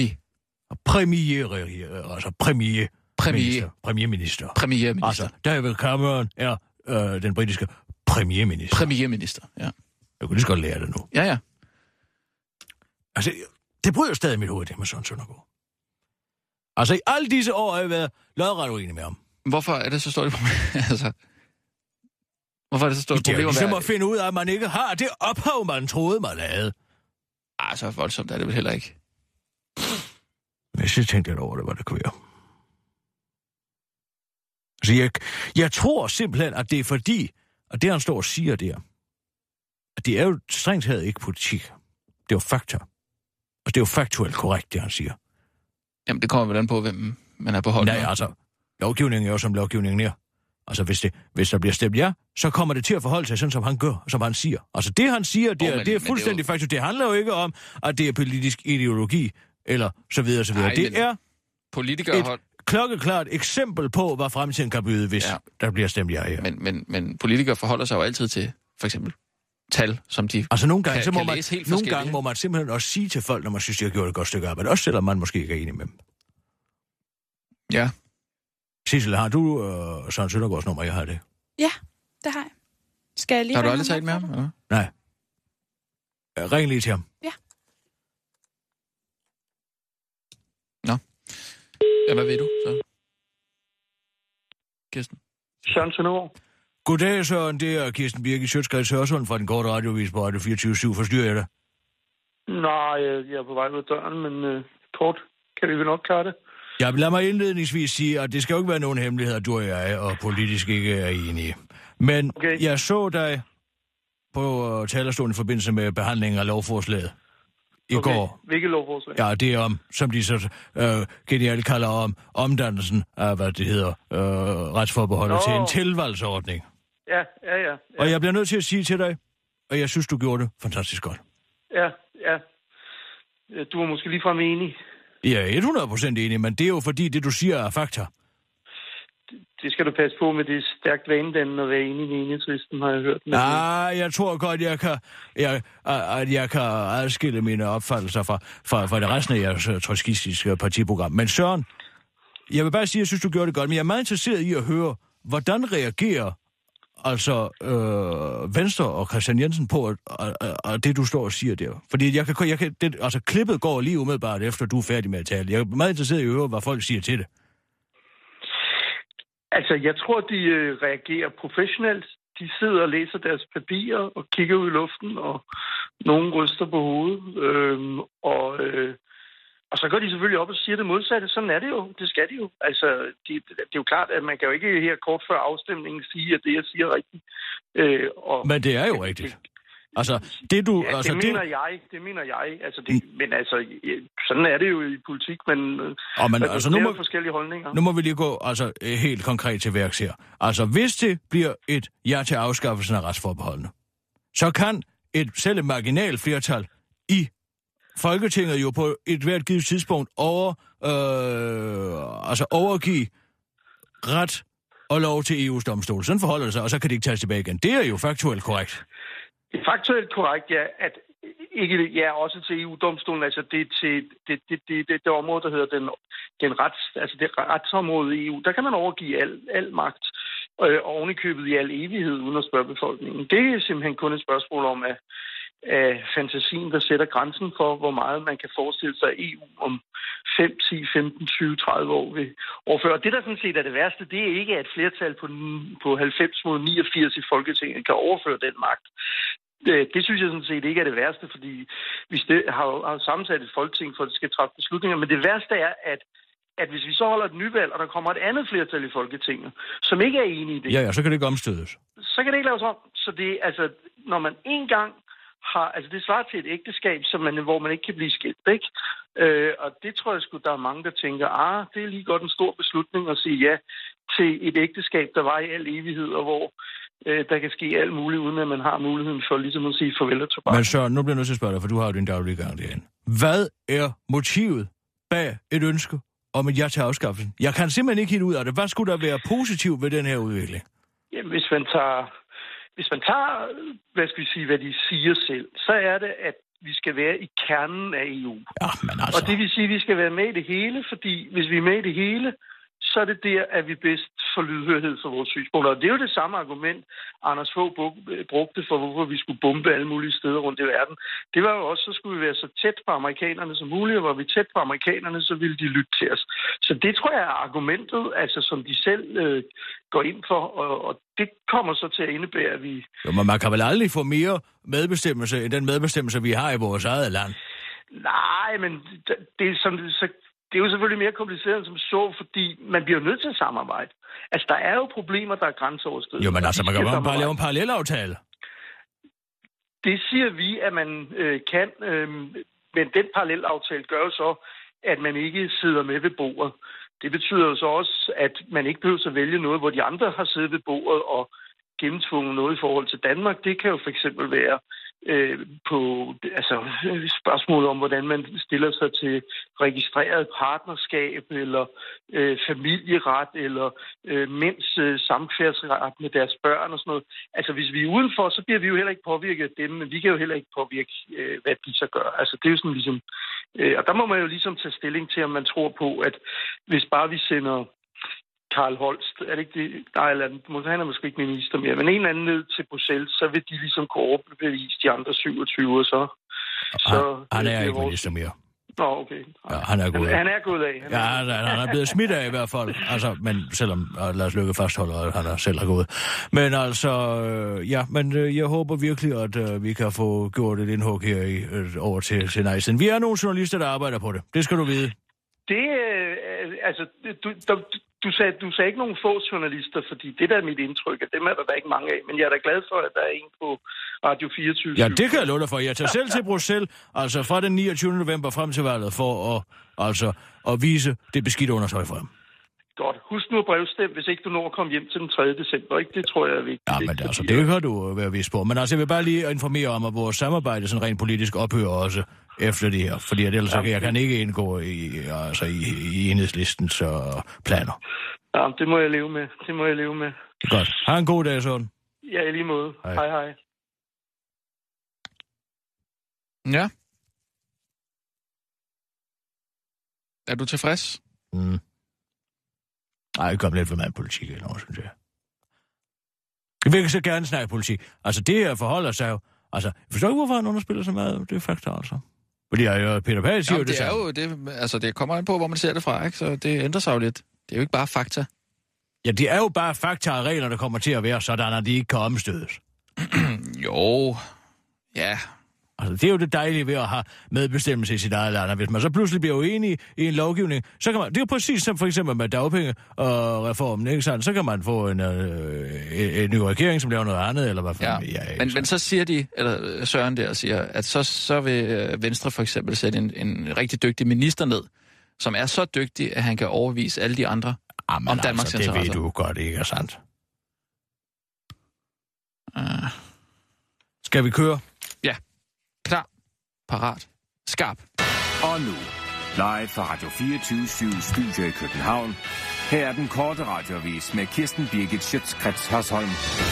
Altså, David Cameron er den britiske premierminister. Ja. Jeg kunne lige så godt lære det nu. Ja. Altså, det bryder stadig mit hoved, det med Søren Søndergaard. Altså, i alle disse år har jeg været lodret uenig med ham. Hvorfor er det så stort et problem? Altså, hvorfor er det så stort et problem? Det er ligesom at finde ud af, at man ikke har det ophav, man troede, man havde. Så voldsomt er det vel heller ikke. Hvis jeg tænkte lidt over det, hvad det kunne være. Altså, jeg tror simpelthen, at det er fordi, og det han står og siger der, at det er jo strengt taget ikke politik. Det er jo fakta. Altså, det er jo faktuelt korrekt, det han siger. Jamen, det kommer vel an på, hvem man er på hold. Nej, altså, lovgivningen er jo som lovgivningen er. Altså, hvis der bliver stemt ja, så kommer det til at forholde sig sådan, som han gør, som han siger. Altså, det han siger, det er fuldstændig faktuelt. Det handler jo ikke om, at det er politisk ideologi, eller så videre, så videre. Nej, det er et klokkeklart eksempel på, hvad fremtiden kan byde, hvis der bliver stemt ja. Men politikere forholder sig jo altid til, for eksempel, tal, som de altså nogle gange, kan læse helt forskellige. Nogle gange må man simpelthen også sige til folk, når man synes, de har gjort et godt stykke arbejde, også selvom man måske ikke er enig med dem. Ja. Sissel, har du Søren Søndergaards nummer? Jeg har det. Ja, det har jeg. Skal jeg lige... Har du aldrig talt med ham? Eller? Nej. Ring lige til ham. Ja. Nå. Ja, hvad ved du så? Kirsten? Søren Søndergaard. Goddag, Søren. Det er Kirsten Birgit Sjøtskreds Hørsholm fra den korte radiovis på Radio 24/7. Forstyrrer jeg dig? Nej, jeg er på vej ud af døren, men kort kan vi vel nok klare det. Jeg vil lade mig indledningsvis sige, at det skal jo ikke være nogen hemmelighed, at du og jeg og politisk ikke er enige. Men jeg så dig på talerstolen i forbindelse med behandlingen af lovforslaget i går. Hvilket lovforslag? Ja, det er om, som de så genialt kalder om, omdannelsen af, hvad det hedder, retsforbeholdet til en tilvalgsordning. Ja. Og jeg bliver nødt til at sige til dig, og jeg synes, du gjorde det fantastisk godt. Ja. Du var måske ligefrem enig. Jeg er 100% enig, men det er jo fordi, det du siger er fakta. Det skal du passe på med, det er stærkt vanedannende at være enig i Enhedslisten, har jeg hørt. Jeg tror godt, jeg kan adskille mine opfattelser fra det resten af jeres trotskistiske partiprogram. Men Søren, jeg vil bare sige, at jeg synes, du gjorde det godt, men jeg er meget interesseret i at høre, hvordan reagerer altså Venstre og Christian Jensen på at det, du står og siger der? Fordi klippet går lige umiddelbart efter, du er færdig med at tale. Jeg er meget interesseret i at høre, hvad folk siger til det. Altså, jeg tror, de reagerer professionelt. De sidder og læser deres papirer og kigger ud i luften, og nogen ryster på hovedet. Og så går de selvfølgelig op og siger det modsatte. Sådan er det jo. Det skal de jo. Altså, det er jo klart, at man kan jo ikke her kort før afstemningen sige, at det, jeg siger, er rigtigt. Men det er jo rigtigt. Altså, det du... Ja, altså, det mener jeg. Altså, men altså, sådan er det jo i politik, men altså, nu må forskellige holdninger. Nu må vi lige gå helt konkret til værks her. Altså, hvis det bliver et ja til afskaffelsen af retsforbeholdene, så kan selv et marginalt flertal i Folketinget jo på et hvert givet tidspunkt overgive ret og lov til EU's domstol. Sådan forholder det sig, og så kan det ikke tages tilbage igen. Det er jo faktuelt korrekt. Det er faktuelt korrekt, ja, at ikke også til EU-domstolen, altså det område, der hedder det retsområde i EU, der kan man overgive al magt og ovenikøbet i al evighed uden at spørge befolkningen. Det er simpelthen kun et spørgsmål om af fantasien, der sætter grænsen for, hvor meget man kan forestille sig EU om 5, 10, 15, 20, 30 år vil overføre. Og det, der sådan set er det værste, det er ikke, at et flertal på 90 mod 89 i Folketinget kan overføre den magt. Det synes jeg sådan set ikke er det værste, fordi vi har sammensat et folketing for, at det skal træffe beslutninger. Men det værste er, at hvis vi så holder et nyvalg, og der kommer et andet flertal i Folketinget, som ikke er enige i det... Ja, så kan det ikke omstødes. Så kan det ikke laves om. Så det altså, når man en gang har... Altså, det svarer til et ægteskab, hvor man ikke kan blive skilt, ikke? Og det tror jeg sgu, der er mange, der tænker, det er lige godt en stor beslutning at sige ja til et ægteskab, der var i al evighed, og hvor der kan ske alt muligt, uden at man har muligheden for ligesom at sige farvel og tobak. Men Søren, nu bliver jeg nødt til at spørge dig, for du har jo din daglige gang derinde. Hvad er motivet bag et ønske om et ja til afskaffelsen? Jeg kan simpelthen ikke helt ud af det. Hvad skulle der være positivt ved den her udvikling? Jamen, hvis man tager, hvad de siger selv, så er det, at vi skal være i kernen af EU. Ja, men altså... Og det vil sige, at vi skal være med i det hele, fordi hvis vi er med i det hele, så er det der, at vi bedst får lydhørhed for vores synspunkter. Og det er jo det samme argument, Anders Fogh brugte for, hvorfor vi skulle bombe alle mulige steder rundt i verden. Det var jo også, så skulle vi være så tæt på amerikanerne som muligt, og var vi tæt på amerikanerne, så ville de lytte til os. Så det tror jeg er argumentet, altså som de selv går ind for, og det kommer så til at indebære, at vi... Jo, men man kan vel aldrig få mere medbestemmelse end den medbestemmelse, vi har i vores eget land? Nej, men det er som... Det er jo selvfølgelig mere kompliceret som så, fordi man bliver nødt til at samarbejde. Altså, der er jo problemer, der er grænseoverskridende. Jo, men altså, man kan jo bare lave en parallelaftale. Det siger vi, at man kan, men den parallelaftale gør jo så, at man ikke sidder med ved bordet. Det betyder jo så også, at man ikke behøver at vælge noget, hvor de andre har siddet ved bordet og gennemtvunget noget i forhold til Danmark. Det kan jo for eksempel være på spørgsmålet om, hvordan man stiller sig til registreret partnerskab, eller familieret, eller mænds samfærdsret med deres børn og sådan noget. Altså, hvis vi er udenfor, så bliver vi jo heller ikke påvirket af dem, men vi kan jo heller ikke påvirke, hvad de så gør. Altså, det er jo sådan ligesom... og der må man jo ligesom tage stilling til, om man tror på, at hvis bare vi sender Karl Holst, er det ikke det? Nej, han er måske ikke minister mere, men en eller anden ned til Bruxelles, så vil de ligesom kunne overbevise de andre 27, og så han er ikke minister mere. Nå, okay. Ja, han er gået af. Han er gået af. Han er blevet smidt af i hvert fald. Altså, men selvom Lars Løkke fastholder, at han selv er gået. Men altså, jeg håber virkelig, at vi kan få gjort et indhug her over til Nejsen. Vi er nogle journalister, der arbejder på det. Det skal du vide. Det, altså, du sagde ikke nogen få journalister, fordi det der er mit indtryk, at dem er der ikke mange af. Men jeg er da glad for, at der er en på Radio 24. Ja, det kan jeg love dig for. Jeg tager selv til Bruxelles, altså fra den 29. november frem til valget, for at vise det beskidte undertøj frem. Godt. Husk nu at brevstemme, hvis ikke du når at komme hjem til den 3. december. Ikke? Det tror jeg er vigtigt. Ja, men altså, det kan du være vis på. Men altså, jeg vil bare lige informere om, at vores samarbejde sådan rent politisk ophører også efter det her. Fordi ellers jeg kan ikke indgå i Enhedslistens planer. Ja, det må jeg leve med. Godt. Ha' en god dag, sådan. Ja, i lige måde. Hej. Ja. Er du tilfreds? Nej, jeg kom lidt for meget politik eller noget, synes jeg. Jeg vil så gerne snakke politik. Altså, det her forholder sig jo... Altså, jeg forstår ikke, hvorfor han underspiller så meget. Det er faktisk altså. Fordi Peter Pagh siger jo det samme. Det er jo det, altså, det kommer an på, hvor man ser det fra, ikke? Så det ændrer sig jo lidt. Det er jo ikke bare fakta. Ja, det er jo bare fakta og regler, der kommer til at være sådan, at de ikke kan omstødes. Jo, ja. Altså, det er jo det dejlige ved at have medbestemmelse i sit eget land. Hvis man så pludselig bliver uenig i en lovgivning, så kan man... Det er jo præcis som for eksempel med dagpenge og reformen, ikke sandt? Så kan man få en ny regering, som laver noget andet, eller hvad for men så siger de, eller Søren der siger, at så vil Venstre for eksempel sætte en rigtig dygtig minister ned, som er så dygtig, at han kan overvise alle de andre om Danmarks interesser. Det ved du godt, ikke er sandt. Skal vi køre? Ja. Klar. Parat. Skarp. Og nu, live fra Radio 24/7 Studio i København. Her er den korte radioavis med Kirsten Birgit Schøtz-Krets Hørsholm.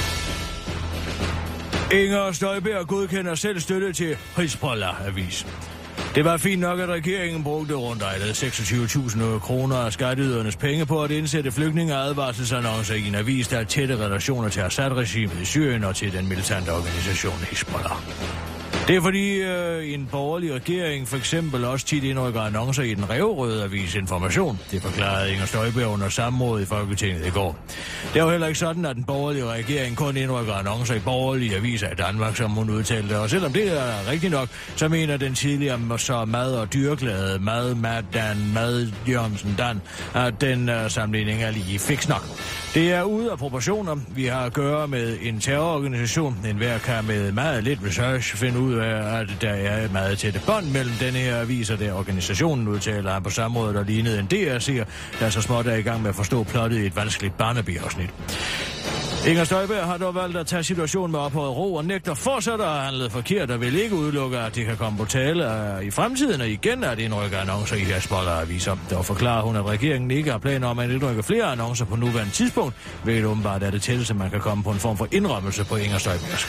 Inger Støjberg godkender selv støtte til Hizbollah-avis. Det var fint nok, at regeringen brugte rundt 26.000 kroner af skatteydernes penge på at indsætte flygtningeadvarselsannoncer i en avis, der har tætte relationer til Assad-regimet i Syrien og til den militante organisation Hizbollah. Det er fordi en borgerlig regering for eksempel også tit indrykker annoncer i den ræverøde avis Information. Det forklarede Inger Støjberg under samråd i Folketinget i går. Det er jo heller ikke sådan, at den borgerlige regering kun indrykker annoncer i borgerlige aviser i Danmark, som hun udtalte. Og selvom det er rigtigt nok, så mener den tidligere så mad- og dyrglade Mad Jørgensen Dan, at den sammenligning er lige fiks nok. Det er ude af proportioner. Vi har at gøre med en terrororganisation. Enhver kan med meget lidt research finde ud af, at der er meget tætte bånd mellem denne her avis og der organisationen, udtaler han på samme måde, der lignede en DR-seer, der så småt er i gang med at forstå plottet i et vanskeligt Barnaby-afsnit. Inger Støjberg har dog valgt at tage situationen med ophøjet ro og nægter fortsat at handle forkert og vil ikke udelukke, at det kan komme på tale i fremtiden, og igen er det indrykker annoncer i Hizbollah-aviser. Der forklarer hun, at regeringen ikke har planer om at indrykke flere annoncer på nuværende tidspunkt, hvilket åbenbart er det tætteste, man kan komme på en form for indrømmelse på Inger Støjberg.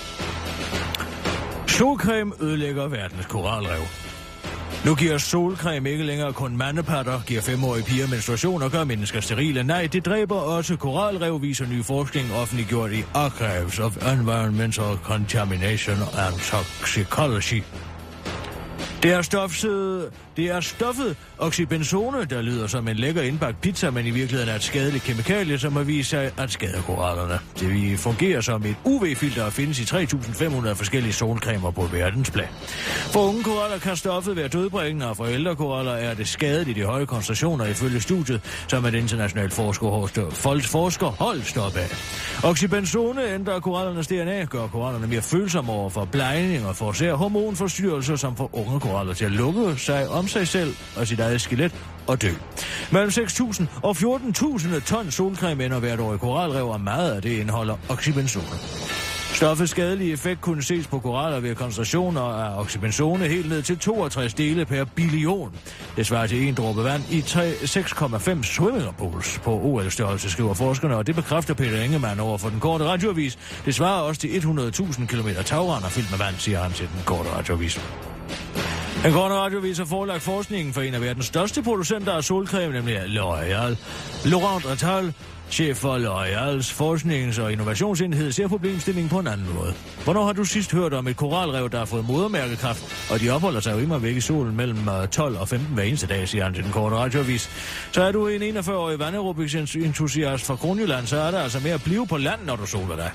Solcreme ødelægger verdens koralrev. Nu giver solcreme ikke længere kun mandepatter, giver 5-årige piger menstruation og gør mennesker sterile. Nej, det dræber også koralrev, viser ny forskning offentliggjort i Archives of Environmental Contamination and Toxicology. Det er stoffet oxybenzone, der lyder som en lækker indbagt pizza, men i virkeligheden er et skadeligt kemikalie, som har vist sig at skade korallerne. Det fungerer som et UV-filter og findes i 3.500 forskellige solcremer på verdensplan. For unge koraller kan stoffet være dødbringende, og for ældre koraller er det skadeligt i de høje koncentrationer ifølge studiet, som et internationalt forskerhold står bag. Oxybenzone ændrer korallernes DNA, gør korallerne mere følsomme over for blegning og forårsager hormonforstyrrelser, som får unge koraller til at lukke sig om sig selv og sit eget skelet og dø. Mellem 6.000 og 14.000 ton solcreme ender hvert år i koralrev, og meget af det indeholder oxybenzone. Stoffets skadelige effekt kunne ses på koraller ved koncentrationer af oxybenzone helt ned til 62 dele per billion. Det svarer til en dråbe vand i 6,5 swimmingpools på OL-størrelse, skriver forskerne, og det bekræfter Peter Ingemann over for den korte radioavis. Det svarer også til 100.000 km tagrender fyldt med vand, siger han til den korte radioavis. Den korte radioavis har forelagt forskningen for en af verdens største producenter af solcreme, nemlig L'Oréal. Laurent Attal, chef for L'Oréals forsknings- og innovationsenhed, ser problemstillingen på en anden måde. Hvornår har du sidst hørt om et koralrev, der har fået modermærkekræft, og de opholder sig jo immer væk i solen mellem 12 og 15 hver eneste dag, siger han til den korte radioavis. Så er du en 41-årig vandaerobics-entusiast fra Kronjylland, så er der altså mere at blive på land, når du soler dig.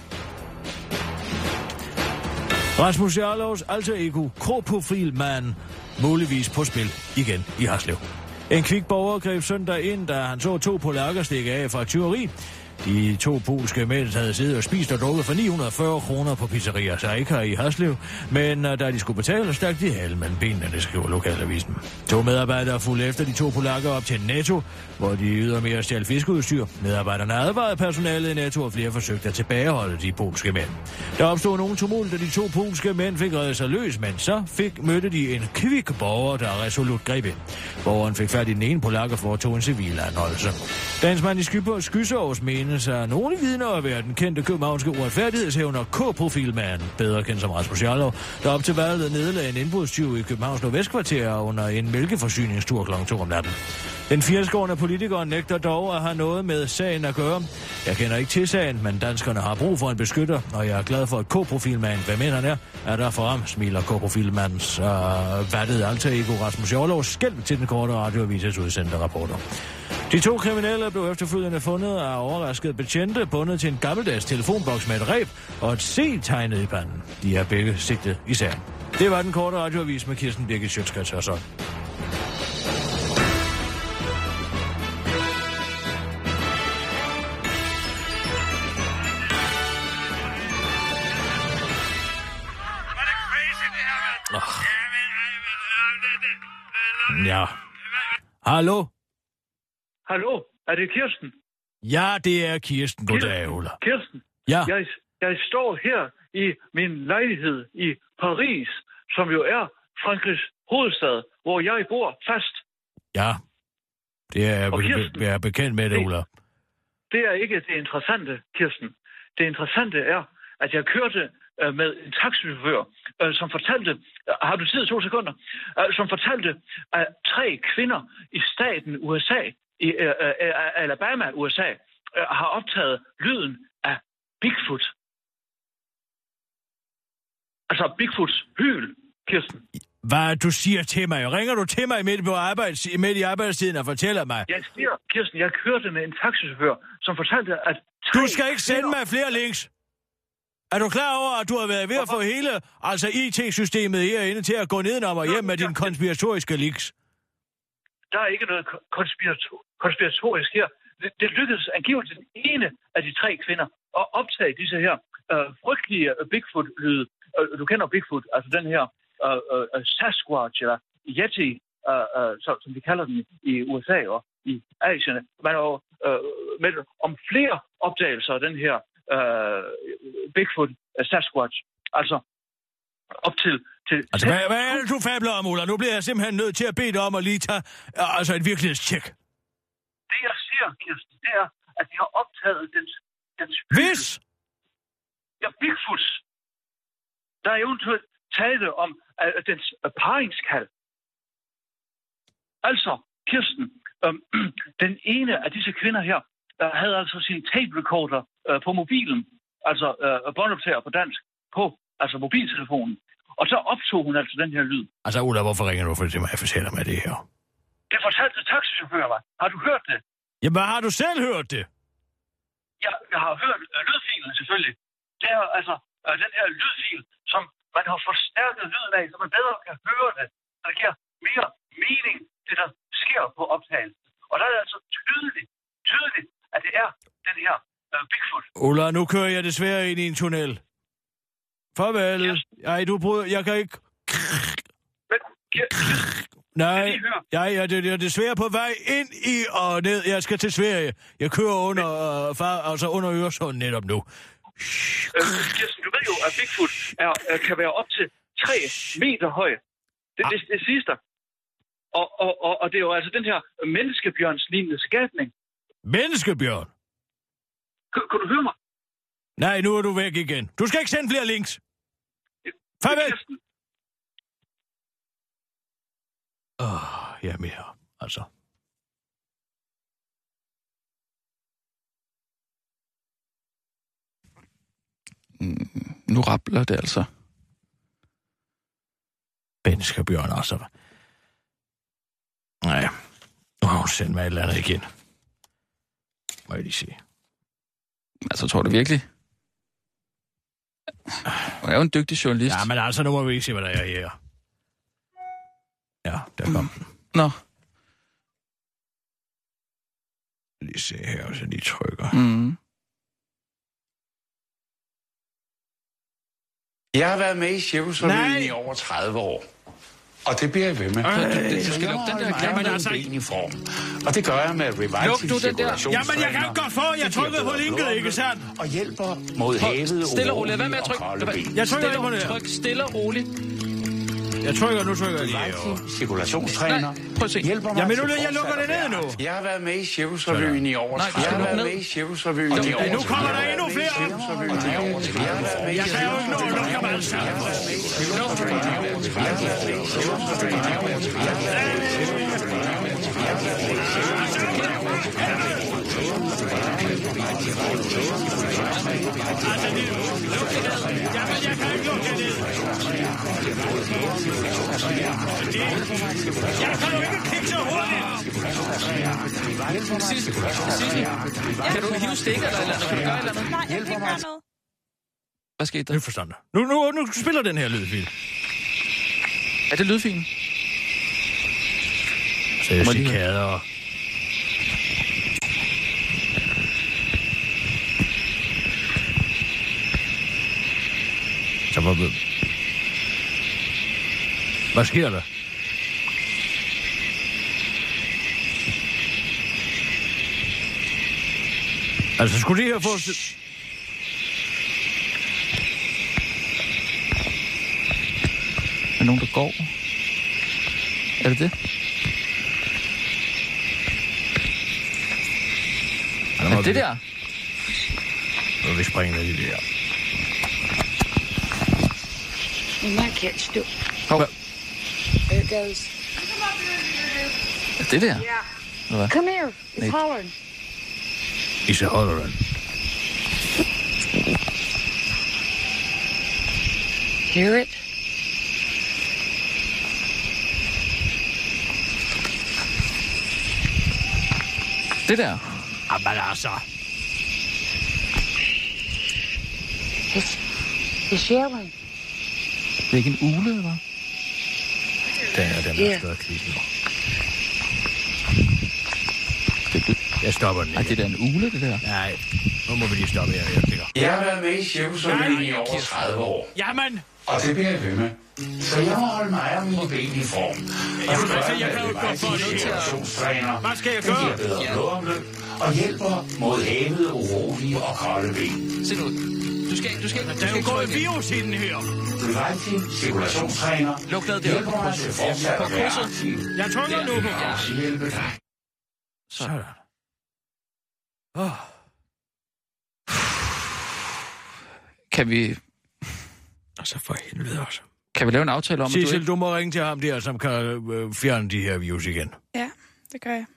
Rasmus Jarlovs alter ego, Kroprofilmand, muligvis på spil igen i Haslev. En kvik borger greb søndag ind, da han så 2 polakker stikke af fra tyveri. De 2 polske mænd havde siddet og spist og drukket for 940 kroner på pizzeria Saika i Haslev, men da de skulle betale, stak de halen mellem benene, det skriver lokalavisen. 2 medarbejdere fulgte efter de 2 polakker op til Netto, hvor de ydermere stjal fiskeudstyr. Medarbejderne advarede personalet i Netto, og flere forsøgte at tilbageholde de polske mænd. Der opstod nogen tumult, da de 2 polske mænd fik reddet sig løs, men så mødte de en kvik borger, der resolut greb ind. Borgeren fik fat i den ene polak og foretog en civil anholdelse. Dagens mand i Skysovs menes af nogle vidner at være den kendte københavnske uretfærdighedshævner K-profilmand, bedre kendt som Rasmus Jarlov, der op til valget nedlagde en indbrudstyv i Københavns Nordvestkvarter under en mælkeforsyningstur kl. 2 om natten. Den firskårende politiker nægter dog at have noget med sagen at gøre. Jeg kender ikke til sagen, men danskerne har brug for en beskytter, og jeg er glad for, at K-profilmand, hvem end han er der for ham, smiler K-profilmandens vattede alter ego Rasmus Jarlov skælv til den korte radioavises udsendte rapporter. De 2 kriminelle blev efterfølgende fundet af overraskede betjente, bundet til en gammeldags telefonboks med et reb og et C tegnet i panden. De er begge sigtet i sagen. Det var den korte radioavis med Kirsten Birgit Schøtzgrads Hørsholm. Ja. Hallo? Hallo, er det Kirsten? Ja, det er Kirsten. Goddag, Ulla. Kirsten? Ja. Jeg står her i min lejlighed i Paris, som jo er Frankrigs hovedstad, hvor jeg bor fast. Ja, det er jeg er bekendt med det, Ulla. Det er ikke det interessante, Kirsten. Det interessante er, at jeg kørte med en taxichauffør, som fortalte, har du tid 2 sekunder, som fortalte, at 3 kvinder i staten USA, i Alabama, USA, har optaget lyden af Bigfoot. Altså Bigfoots hyl, Kirsten. Hvad du siger til mig? Ringer du til mig midt i arbejdstiden og fortæller mig? Jeg siger, Kirsten, jeg kørte med en taxichauffør, som fortalte, at... Du skal ikke sende mig flere links. Er du klar over, at du har været ved at få hele IT-systemet herinde til at gå nedenom og hjem med dine konspiratoriske links? Der er ikke noget konspiratorisk her. Det lykkedes angiveligt den ene af de 3 kvinder at optage disse her frygtelige Bigfoot-lyde. Du kender Bigfoot, altså den her Sasquatch eller Yeti, som de kalder den i USA og i Asien. Man har med om flere opdagelser af den her Bigfoot Sasquatch. Altså op til... Altså, hvad er det, du fabler om, Ulla? Nu bliver jeg simpelthen nødt til at bede dig om at lige tage et virkelighedstjek. Det, jeg siger, Kirsten, det er, at de har optaget dens Hvis? Ja, Bigfoots. Der er eventuelt tale om dens paringskald. Altså, Kirsten, den ene af disse kvinder her, havde altså sin tape recorder på mobilen, altså båndoptager på dansk, på altså mobiltelefonen. Og så optog hun altså den her lyd. Altså, Ulla, hvorfor ringer du for det, jeg fortæller mig det her? Det fortalte taxichaufføren mig. Har du hørt det? Jamen, har du selv hørt det? Ja, jeg har hørt lydfilen selvfølgelig. Det er altså den her lydfil, som man har forstærket lyden af, så man bedre kan høre det. Så det giver mere mening, det der sker på optagelsen. Og der er det altså tydeligt, at det er den her Bigfoot. Ulla, nu kører jeg desværre ind i en tunnel. Farvel. Yes. Ej, jeg kan ikke... Men, nej, jeg er desværre på vej ind i og ned. Jeg skal til Sverige. Jeg kører under Øresund netop nu. Kirsten, du ved jo, at Bigfoot kan være op til 3 meter høj. Det siges der. Og det er jo altså den her menneskebjørnslignende skabning. Menneskebjørn? Kan du høre mig? Nej, nu er du væk igen. Du skal ikke sende flere links. Farvel! Ja, mere, altså. Nu rappler det altså. Menneskebjørn, altså. Nej, nu har hun sendt mig et eller andet igen. Må jeg lige se. Altså, tror du virkelig? Jeg er jo en dygtig journalist. Ja, men altså, nu må vi ikke se, hvad der er her. Ja, der kom den. Nå. Lige se her, hvis jeg lige trykker. Jeg har været med i Cirkusrevyen i over 30 år. Og det bliver jeg ved med. Du skal lukke den der klammer altså i form. Og det gør jeg med Revive cirkulationstræner. Jamen, jeg kan godt få. Jeg trykkede på linket, ikke sandt? Og hjælper mod havet, stille og roligt. Hvad med at trykke? Jeg trykker på det. Tryk stille og roligt. Nu trykker jeg lige. Cirkulationstræner. Prøv at se. Jamen, jeg lukker det ned nu. Jeg har været med i Cirkusrevyen i over 30 år. Jeg har været med i Cirkusrevyen i over 30 år. Nu kommer der endnu flere op. Jeg kan jo ikke nå at lukke mig sammen. Jeg har været med i Cirkusrevyen i over 30 år. Jeg kan ikke lukke det. Jeg kan jo ikke kigge så hurtigt. Sissel, kan du hive stikker eller andet? Kan du gøre et eller andet? Nej, jeg kan ikke gøre noget. Hvad skete der? Jeg forstår det. Nu spiller den her lydfil. Er det lydfilen? Så jeg siger kader. Så hvad sker der? Altså, skulle det her få... Er nogen, der går? Er det det? Er det der? Nu vil vi springe ned i det her. You might catch it. Hov. There it goes. Er det der? Yeah. Come here. It's hollering. It's a hollering. Hear it? Det der? Jamen altså. It's yelling. Det er ikke en ugle, eller hvad? Den er stået kvist nu. Jeg stopper den. Ej, det er da en ugle, det der. Nej, nu må vi lige stoppe her, jeg tænker. Jeg har været med i Cirkusrevyen i over 30 år. Jamen! Og det bliver jeg ved med. Så jeg må holde mig og mine ben i form. Jamen, altså, jeg kan jo ikke gå for det her. Hvad skal jeg gøre? Det giver bedre blodomløb og hjælper mod hævede, urolige og kolde ben. Se nu. Du skal der er jo gået virus i den her. Vivaldi, cirkulationstræner. Luk ned der. Hjælper mig til fortsat at være aktiv. Jeg trykker nu på. Også hjælpe dig. Sådan. Kan vi... Altså for helvede også. Kan vi lave en aftale om, Sissel, at du ikke... du må ringe til ham der, som kan fjerne de her virus igen. Ja, det gør jeg.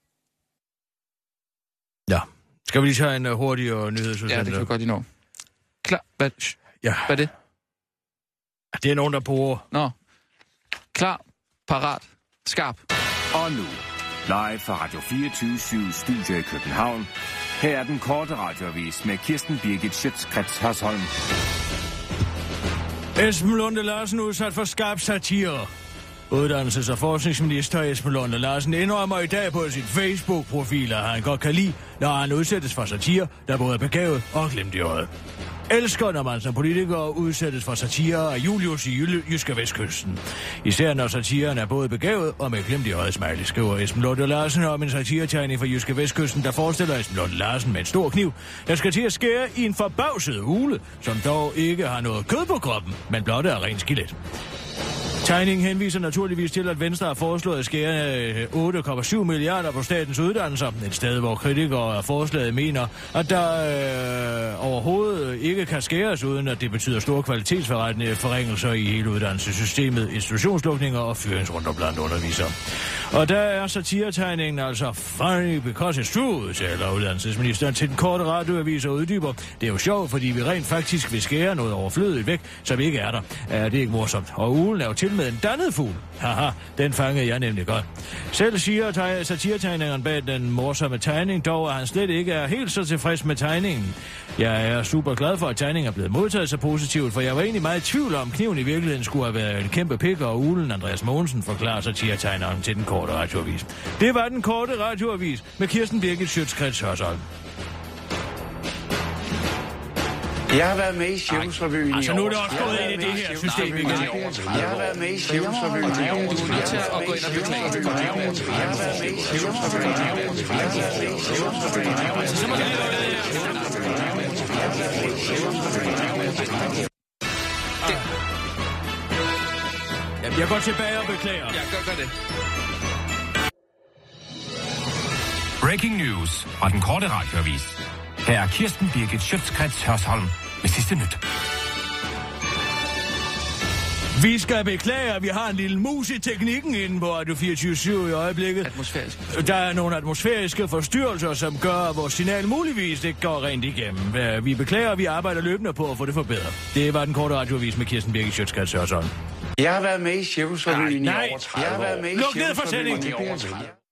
Ja. Skal vi lige tage en hurtig og nyhedsudsendelse? Ja, det kan vi godt lige nå. Klar. Hvad? Ja. Hvad er det? Det er nogen, der bruger. Nå. Klar. Parat. Skarp. Og nu, live fra Radio 24/7 Studio i København. Her er den korte radioavis med Kirsten Birgit Schøtz-Krets Hørsholm. Esben Lunde Larsen udsat for skarp satire. Uddannelses- og forskningsminister Esben Lunde Larsen indrømmer i dag på sin Facebook-profil, at han godt kan lide, når han udsættes for satire, der både er begavet og glemt i øjet. Elsker, når man som politiker udsættes for satire af Julius i Jyske Vestkysten. Især når satiren er både begavet og med glemt i øjet smiley, skriver Esben Lunde Larsen om en satiretegning fra Jyske Vestkysten, der forestiller Esben Lunde Larsen med en stor kniv, der skal til at skære i en forbavset ugle, som dog ikke har noget kød på kroppen, men blot er ren skelet. Tegningen henviser naturligvis til, at Venstre har foreslået at skære 8,7 milliarder på statens uddannelser. Et sted, hvor kritikere af forslaget mener, at der overhovedet ikke kan skæres, uden at det betyder store kvalitetsforringelser i hele uddannelsessystemet, institutionslukninger og fyringsrunder blandt undervisere. Og der er satiretegningen altså funny because it's true, taler uddannelsesministeren til den korte radioavis og uddyber. Det er jo sjovt, fordi vi rent faktisk vil skære noget overflødigt væk, som ikke er der. Det er ikke morsomt. Og ulen er jo til med en dannet fugl. Haha, den fangede jeg nemlig godt. Selv siger satiretegneren bag den morsomme tegning, dog at han slet ikke er helt så tilfreds med tegningen. Jeg er super glad for, at tegningen er blevet modtaget så positivt, for jeg var egentlig meget i tvivl om, kniven i virkeligheden skulle have været en kæmpe pik, og ulen Andreas Mogensen forklarer satiretegneren til den korte radioavis. Det var den korte radioavis med Kirsten Birgit Schøtz-Krets Hørsholm. Jeg har været med i Cirkusrevyen i år. Altså nu er det også gået ind i det her system. Jeg har været med i Cirkusrevyen i år. Du er nødt til at gå ind og beklage. Jeg har været med i Cirkusrevyen i år. Så må vi lige lade det her. Jeg går tilbage og beklager. Ja, gør det. Breaking news fra den korte radioavis. Her er Kirsten Birgit Schøtz-Krets Hørsholm med sidste nyt. Vi skal beklage, at vi har en lille mus i teknikken inde på Radio 24/7 i øjeblikket. Atmosfærisk. Der er nogle atmosfæriske forstyrrelser, som gør, at vores signal muligvis ikke går rent igennem. Vi beklager, at vi arbejder løbende på at få det forbedret. Det var den korte radioavis med Kirsten Birgit Schøtz-Krets Hørsholm. Jeg har været med i Cirkusrevyen i over 30 år. Luk ned for sendingen!